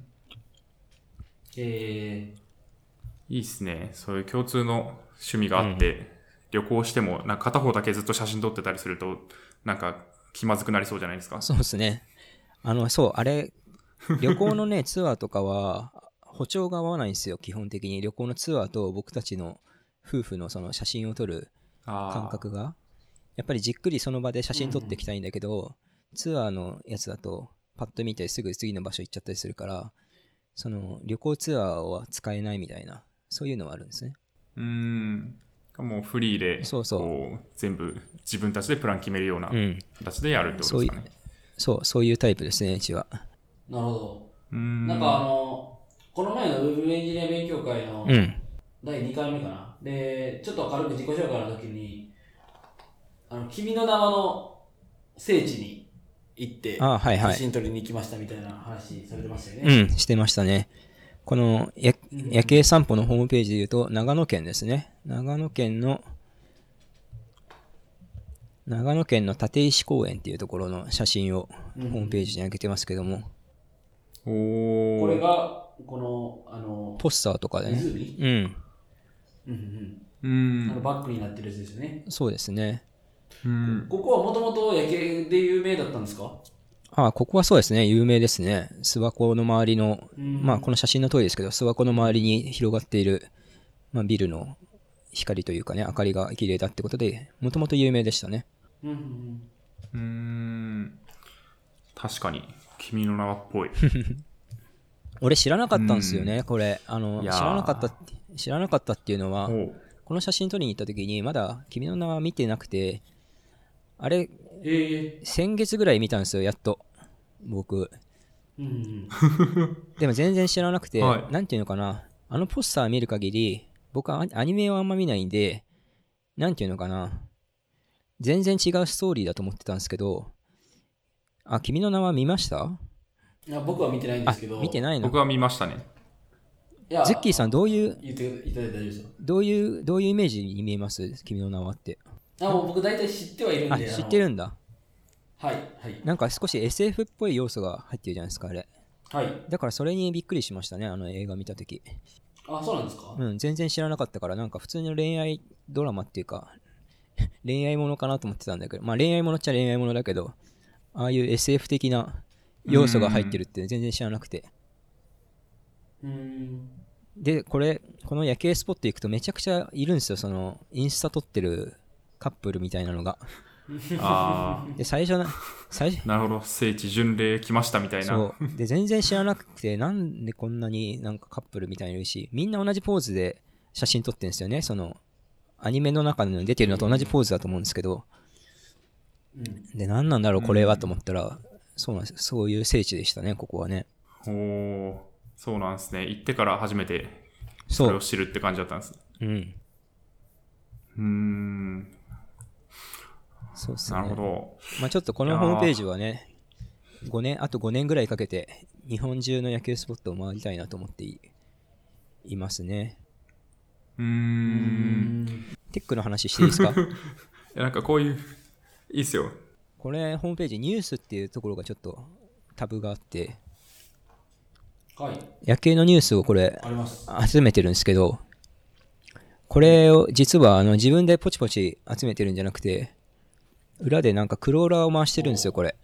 えー、いいっすね。そういう共通の趣味があって、うん、旅行してもなんか片方だけずっと写真撮ってたりすると、なんか気まずくなりそうじゃないですか。 そうですね。あの、そう、あれ、旅行のね、ツアーとかは、歩調が合わないんですよ、基本的に。旅行のツアーと僕たちの夫婦のその写真を撮る感覚が。やっぱりじっくりその場で写真撮っていきたいんだけど、うん、ツアーのやつだと、パッと見てすぐ次の場所行っちゃったりするから、その旅行ツアーは使えないみたいな、そういうのはあるんですね。 うーん。もうフリーで、 そうそうこう全部自分たちでプラン決めるような形でやるってことですかね。うん、 そう、そういうタイプですね、うちは。 なるほど。うん。なんかあの、この前のウェブエンジニア勉強会のだいにかいめかな。で、ちょっと軽く自己紹介の時に、あの、君の名はの聖地に行って、 あ、はいはい、 写真撮りに行きましたみたいな話されてましたよね。 うん、してましたね。このや夜景散歩のホームページで言うと、長野県ですね。長野県の、長野県の立石公園っていうところの写真をホームページに上げてますけども。 うん、 おこれが、この、あの、 ポスターとかでね。 湖？ うん。 うんうんうん。あのバックになってるやつですよね。 そうですね。 うん、 ここはもともと夜景で有名だったんですか？ ああ、ここはそうですね、有名ですね。諏訪湖の周りの、まあこの写真の通りですけど、諏訪湖の周りに広がっている、まあ、ビルの光というかね、明かりが綺麗だってことで、もともと有名でしたね。 うん、 うーん、確かに、君の名はっぽい。 俺知らなかったんですよね、これ。あの、知らなかったって、知らなかったっていうのは、この写真撮りに行った時に、まだ君の名は見てなくて、あれ、 えー、 先月ぐらい見たんですよ、やっと。僕。 うん、 でも全然知らなくて、 はい、 なんていうのかな。あのポスター見る限り、僕はアニメをあんま見ないんで、なんていうのかな。全然違うストーリーだと思ってたんですけど、あ、君の名は見ました？ いや僕は見てないんですけど。 見てないの？ 僕は見ましたね。 いや、ズッキーさんどういう、 言っていただいて大丈夫ですよ。 どういう、どういうイメージに見えます？君の名はって。 あ、もう僕大体知ってはいるんで。 あ、知ってるんだ。 はい、はい。 なんか少し エスエフ っぽい要素が入ってるじゃないですか、あれ。 はい。 だからそれにびっくりしましたね、あの映画見たとき。 あ、そうなんですか？ うん、全然知らなかったから、なんか普通の恋愛ドラマっていうか、恋愛ものかなと思ってたんだけど、まあ恋愛ものっちゃ恋愛ものだけど、ああいう エスエフ 的な要素が入ってるって全然知らなくて。 うーん。 で、これ、この夜景スポット行くとめちゃくちゃいるんですよ、その、インスタ撮ってるカップルみたいなのが。 あで、最初な、最初、 なるほど、聖地巡礼来ましたみたいな。 そう。で、全然知らなくて、なんでこんなになんかカップルみたいにいるし、みんな同じポーズで写真撮ってるんですよね、その、アニメの中に出てるのと同じポーズだと思うんですけど、うん、で、何なんだろう、これはと思ったら、うん、そうなんです。そういう聖地でしたね、ここはね。 おー、そうなんですね。行ってから初めてそれを知るって感じだったんです。 うん。 うーん。 そうっすね。 なるほど。 まあちょっとこのホームページはね、ごねん、あとごねんぐらいかけて、日本中の野球スポットを回りたいなと思っていいますね。 うーん。 テックの話していいですか？ いやなんかこういう、いいっすよ。 これ、ホームページ、ニュースっていうところがちょっとタブがあって、 はい。 野球のニュースをこれあります。 集めてるんですけど、これを実はあの自分でポチポチ集めてるんじゃなくて、裏でなんかクローラーを回してるんですよ、これ。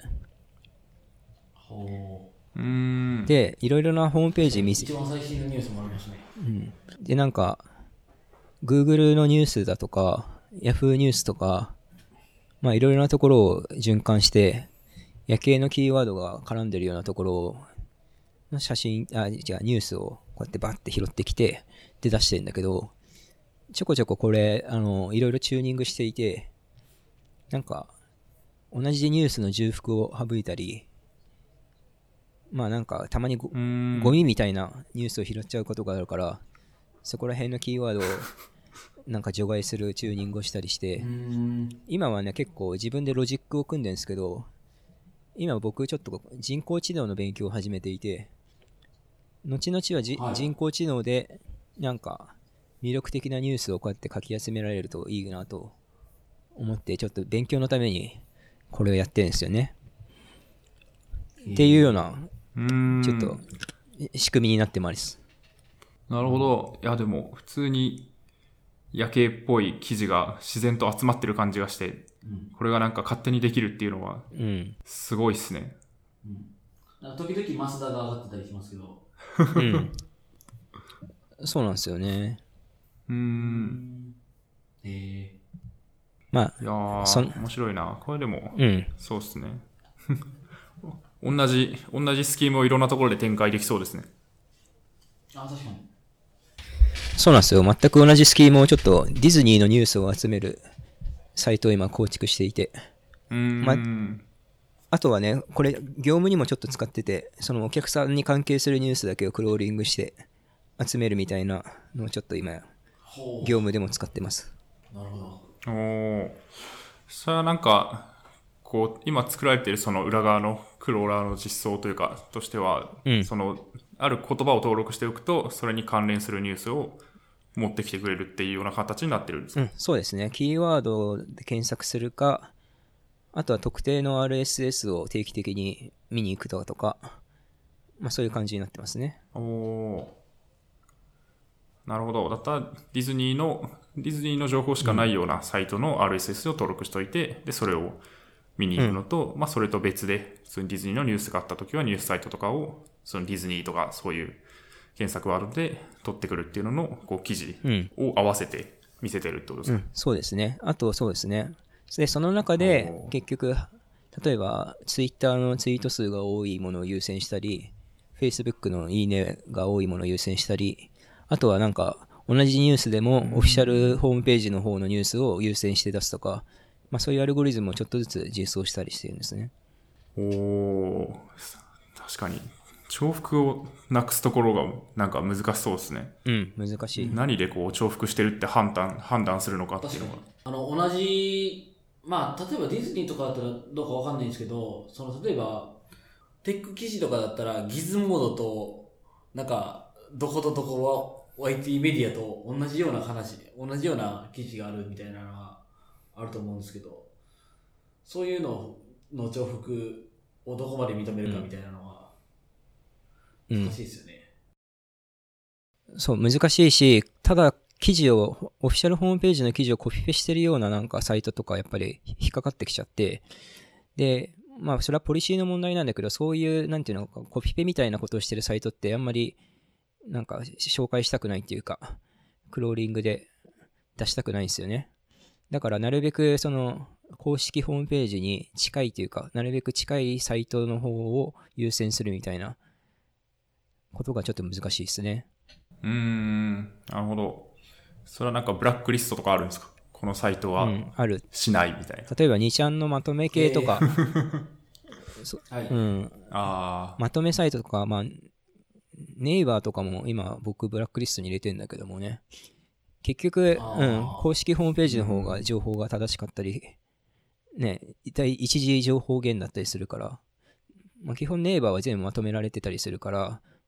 ほうーん。 で、いろいろなホームペーう。 ジ見せ、 一番最新のニュースもありますね。 うん。で、なんか、Google のニュースだとか、Yahoo ニュースとか、まあいろいろなところを循環して、野球のキーワードが絡んでるようなところを、の写真、あ、違う、ニュースをこうやってバッて拾ってきて、で出してるんだけど、ちょこちょここれ、あの、いろいろチューニングしていて、なんか、同じニュースの重複を省いたり、まあなんか、たまに ご, うーんゴミみたいなニュースを拾っちゃうことがあるから、そこら辺のキーワードをなんか除外するチューニングをしたりしうて、 ーん。 今はね、結構自分でロジックを組んでるんですけど、今僕ちょっと人工知能の勉強を始めていて、後々はじ、 はい人工知能でなんか魅力的なニュースをこうやって書き集められるといいなと思って、ちょっと勉強のためにこれをやってるんですよね。っていうようなうーん。 ちょっと仕組みになってます。 なるほど。いやでも、普通に夜景っぽい記事が自然と集まってる感じがして、 うん。 これがなんか勝手にできるっていうのは、 うん。 すごいっすね。 うん。なんか時々マスダが上がってたりしますけど。 うん。そうなんですよね。 うーん。 へえ。 まいやー、 そん面白いな。これでも、 あ、うん。 そうっすね。同じ、同じスキームをいろんなところで展開できそうですね。 あ、確かに。 そうなんですよ。全く同じスキームをちょっとディズニーのニュースを集めるサイトを今構築していて。 うーん。 あとはね、これ業務にもちょっと使ってて、そのお客さんに関係するニュースだけをクローリングして集めるみたいなのをちょっと今、 ほ業務でも使ってます。 う。なるほど。 おー。それはなんか、こう、今作られているその裏側のクローラーの実装というか、としては、 うんその、ある言葉を登録しておくと、それに関連するニュースを持ってきてくれるっていうような形になってるんですか？ うん、そうですね。キーワードで検索するか、あとは特定の アールエスエス を定期的に見に行くとか、まあそういう感じになってますね。 おー。なるほど。だったら、ディズニーの、ディズニーの情報しかないようなサイトの アールエスエス を登録しておいて、で、それを見に行くのと、まあ、それと別で、普通にディズニーのニュースがあったときは、ニュースサイトとかを、そのディズニーとか、そういう検索ワードで取ってくるっていうのの、こう、記事うん。 を合わせて見せてるってことですか？ うん、そうですね。あとそうですね。で、その中でおー結局、例えば Twitter のツイート数が多いものを優先したり、Facebook のいいねが多いものを優先したり、あとはなんか同じニュースでもオフィシャルホームページの方のニュースを優先して出すとか、まあそういうアルゴリズムをちょっとずつ実装したりしてるんですね。 おー。確かに。重複をなくすところが、なんか難しそうですね。 うん、難しい。 何でこう重複してるって判断、判断するのかっていうのが。 あの、同じ、まあ、例えばディズニーとかだったらどうかわかんないんですけど、その、例えば、テック記事とかだったら、ギズモードと、なんか、どことどこは ワイティー メディアと同じような話、同じような記事があるみたいなのがあると思うんですけど、そういうのの重複をどこまで認めるかみたいなのは、 うん難しいですよね。 そう、難しいし、ただ記事を、オフィシャルホームページの記事をコピペしてるようななんかサイトとかやっぱり引っかかってきちゃって、で、まあそれはポリシーの問題なんだけど、そういう、なんていうのか、コピペみたいなことをしてるサイトってあんまり、なんか紹介したくないっていうか、クローリングで出したくないんですよね。だからなるべくその、公式ホームページに近いというか、なるべく近いサイトの方を優先するみたいなことがちょっと難しいですね。 うーん、なるほど。それはなんかブラックリストとかあるんですか？このサイトはうん、ある。 しないみたいな。 例えばにちゃんのまとめ系とか、 はい。 うん、 ああ、 まとめサイトとか、まあ、ネイバーとかも今僕ブラックリストに入れてるんだけどもね、結局、 あーうん、公式ホームページの方が情報が正しかったり、ね、一一時情報源だったりするから、まあ、基本ネイバーは全部まとめられてたりするから、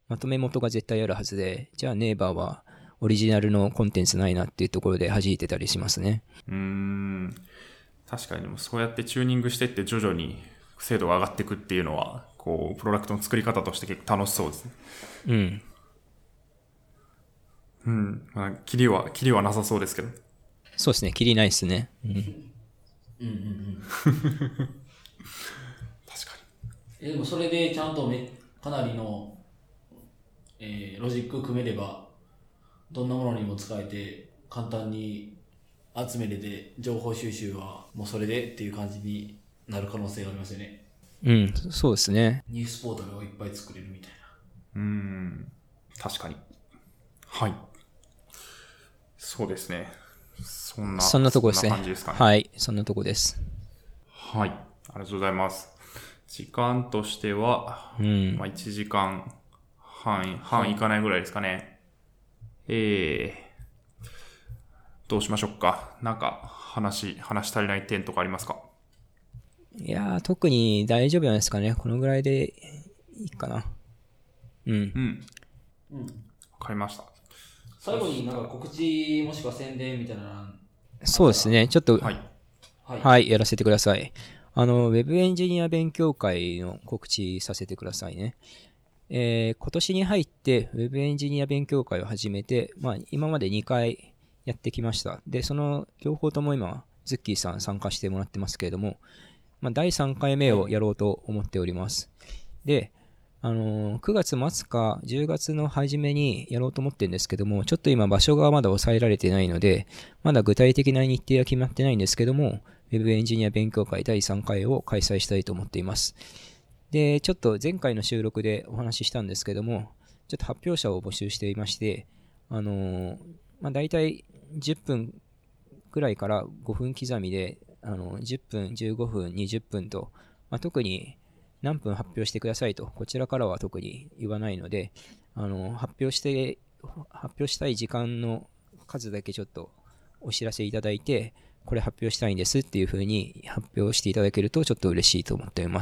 まとめ元が絶対あるはずで、じゃあネイバーはオリジナルのコンテンツないなっていうところで弾いてたりしますね。 うーん。確かにでもそうやってチューニングしてって徐々に精度が上がっていくっていうのは、こう、プロダクトの作り方として結構楽しそうですね。 うん。 うん。まあ、キリは、キリはなさそうですけど。 そうですね。キリないですね。うん。 うんうんうん。 確かえでもそれでちゃんとめかなりの、えーロジック組めれば、どんなものにも使えて、簡単に集めれて、情報収集はもうそれでっていう感じになる可能性がありますよね。 うん、そうですね。 ニュースポータルをいっぱい作れるみたいな。 に。うーん。確かに。はい。そうですね。そんな、 そんなとこですね。 そんな感じですかね。 はい、そんなとこです。 はい。ありがとうございます。時間としては、 うんまあ、いちじかんはん、半いかないぐらいですかね。えー、どうしましょうか。なんか、話、話し足りない点とかありますか？ いやー、特に大丈夫なんですかね。このぐらいでいいかな。うん。 うん。 うん。 わかりました。 最後になんか告知もしくは宣伝みたいな。 そうですね。ちょっと、 ははい、 い。 はい、やらせてください。あの、ウェブエンジニア勉強会の告知させてくださいね。えー、今年に入ってウェブエンジニア勉強会を始めて、まあ、今までにかいやってきました。で、その両方とも今、ズッキーさん参加してもらってますけれども、まあ、だいさんかいめをやろうと思っております。で、あのー、くがつ末かじゅうがつの初めにやろうと思ってるんですけども、ちょっと今場所がまだ抑えられてないので、まだ具体的な日程は決まってないんですけども、ウェブエンジニア勉強会だいさんかいを開催したいと思っています。で、ちょっと前回の収録でお話ししたんですけども、ちょっと発表者を募集していまして、あのー、まあ、大体じゅっぷんくらいからごふん刻みで、あのじゅっぷん、じゅうごふん、にじゅっぷんと、まあ、特に何分発表してくださいと、こちらからは特に言わないので、あの発表して、発表したい時間の数だけちょっとお知らせいただいて、これ発表したいんですっていう風に発表していただけるとちょっと嬉しいと思っています。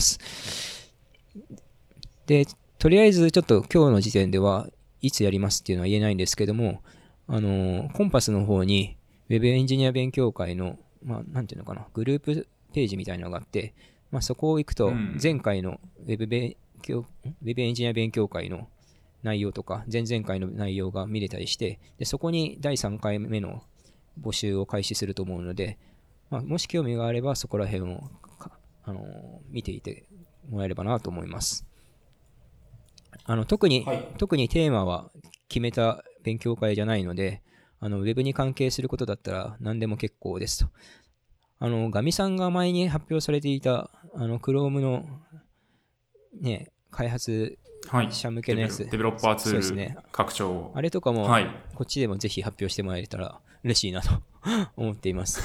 で、とりあえずちょっと今日の時点ではいつやりますっていうのは言えないんですけども、あのコンパスの方に Web エンジニア勉強会の、まあ、なんていうのかな、グループページみたいなのがあって、まあ、そこを行くと前回の Web 勉強、Web エンジニア勉強会の内容とか前々回の内容が見れたりして、でそこにだいさんかいめの募集を開始すると思うので、まあ、もし興味があればそこら辺をあの見ていてもらえればなと思います。あの特に、はい、特にテーマは決めた勉強会じゃないので、あのウェブに関係することだったら何でも結構ですと。あのガミさんが前に発表されていたあの Chrome の、ね、開発者向けのやつ、 はい、デベロッパーツール拡張、ね、 あれとかも、はい、こっちでもぜひ発表してもらえたら嬉しいなと思っています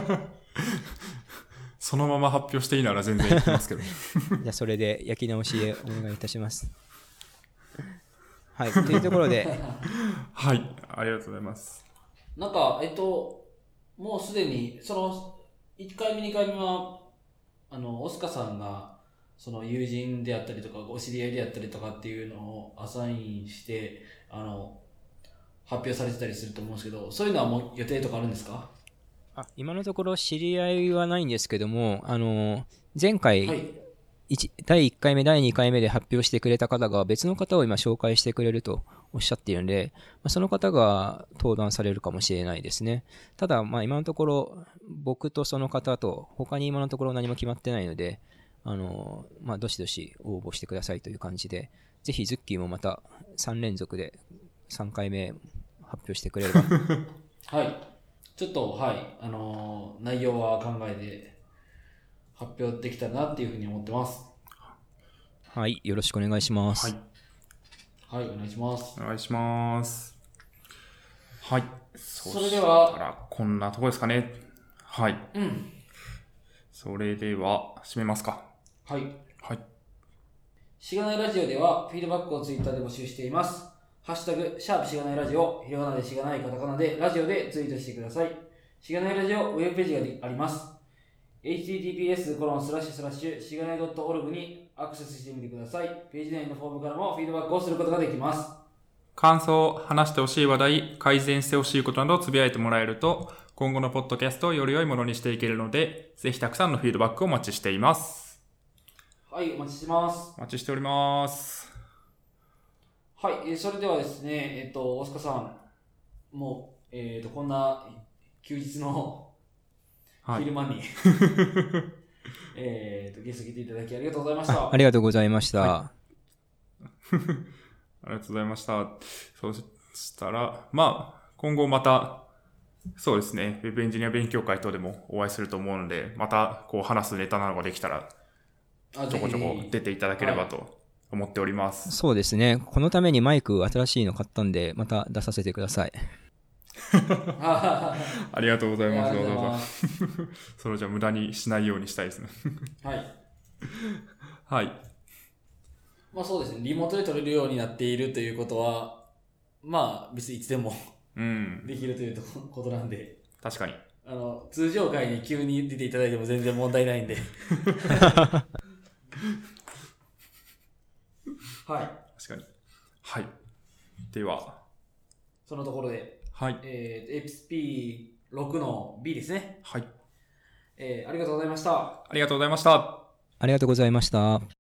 そのまま発表していいなら全然いきますけどじゃあそれで焼き直しでお願いいたしますはい、というところではい、ありがとうございます。 なんか、えっと、もうすでに、その、いっかいめ、にかいめは、あの、オスカさんが、その友人であったりとか、お知り合いであったりとかっていうのをアサインして、あの、発表されてたりすると思うんですけど、そういうのはもう予定とかあるんですか？ あ、今のところ知り合いはないんですけども、あの、前回、はいだいいっかいめ、だいにかいめで発表してくれた方が別の方を今紹介してくれるとおっしゃっているので、その方が登壇されるかもしれないですね。ただ、まあ今のところ僕とその方と他に今のところ何も決まってないので、あの、まあどしどし応募してくださいという感じで、ぜひズッキーもまたさん連続でさんかいめ発表してくれれば。 はい。ちょっと、はい、あのー、内容は考えて、発表できたらなっていうふうに思ってます。 はい、よろしくお願いします。 はい、はい、お願いします。 お願いします。はい。 それでは、 そしたらこんなとこですかね。はい。 うん。 それでは、締めますか。 はい。 はい。 しがないラジオでは、フィードバックをツイッターで募集しています。ハッシュタグ、シャープしがないラジオ、ひらがなでしがない、カタカナで、ラジオでツイートしてください。しがないラジオウェブページがあります。エイチティーティーピーエスコロンスラッシュスラッシュしがない .org にアアクセスしてみてください。ページ内のフォームからもフィードバックをすることができます。 感想、話してほしい話題、改善してほしいことなどをつぶやいてもらえると、今後のポッドキャストをより良いものにしていけるので、ぜひたくさんのフィードバックをお待ちしています。 はい、お待ちしてます。 お待ちしております。 はい、えー、それではですね、えっと、大塚さん、もう、えっと、こんな休日の昼間に、はい、えっと、ゲスト来ていただきありがとうございました。 あ、ありがとうございました。 はい、ありがとうございました。そうしたら、まあ、今後また、そうですね、ウェブエンジニア勉強会等でもお会いすると思うので、また、こう、話すネタなどができたら、ちょこちょこ出ていただければと思っております。はい、 そうですね、このためにマイク新しいの買ったんで、また出させてください。 ありがとうございます。わざわざそれをじゃあ無駄にしないようにしたいですね。 はい。 はい。 まあそうですね、リモートで撮れるようになっているということは、まあ別にいつでもできるということなんで。 確かに。 あの、通常会に急に出ていただいても全然問題ないんで。はい。 確かに。はい。では。 そのところで。 はい。 えー、エイチピーろく の B ですね。 はい。 えー、ありがとうございました。 ありがとうございました。 ありがとうございました。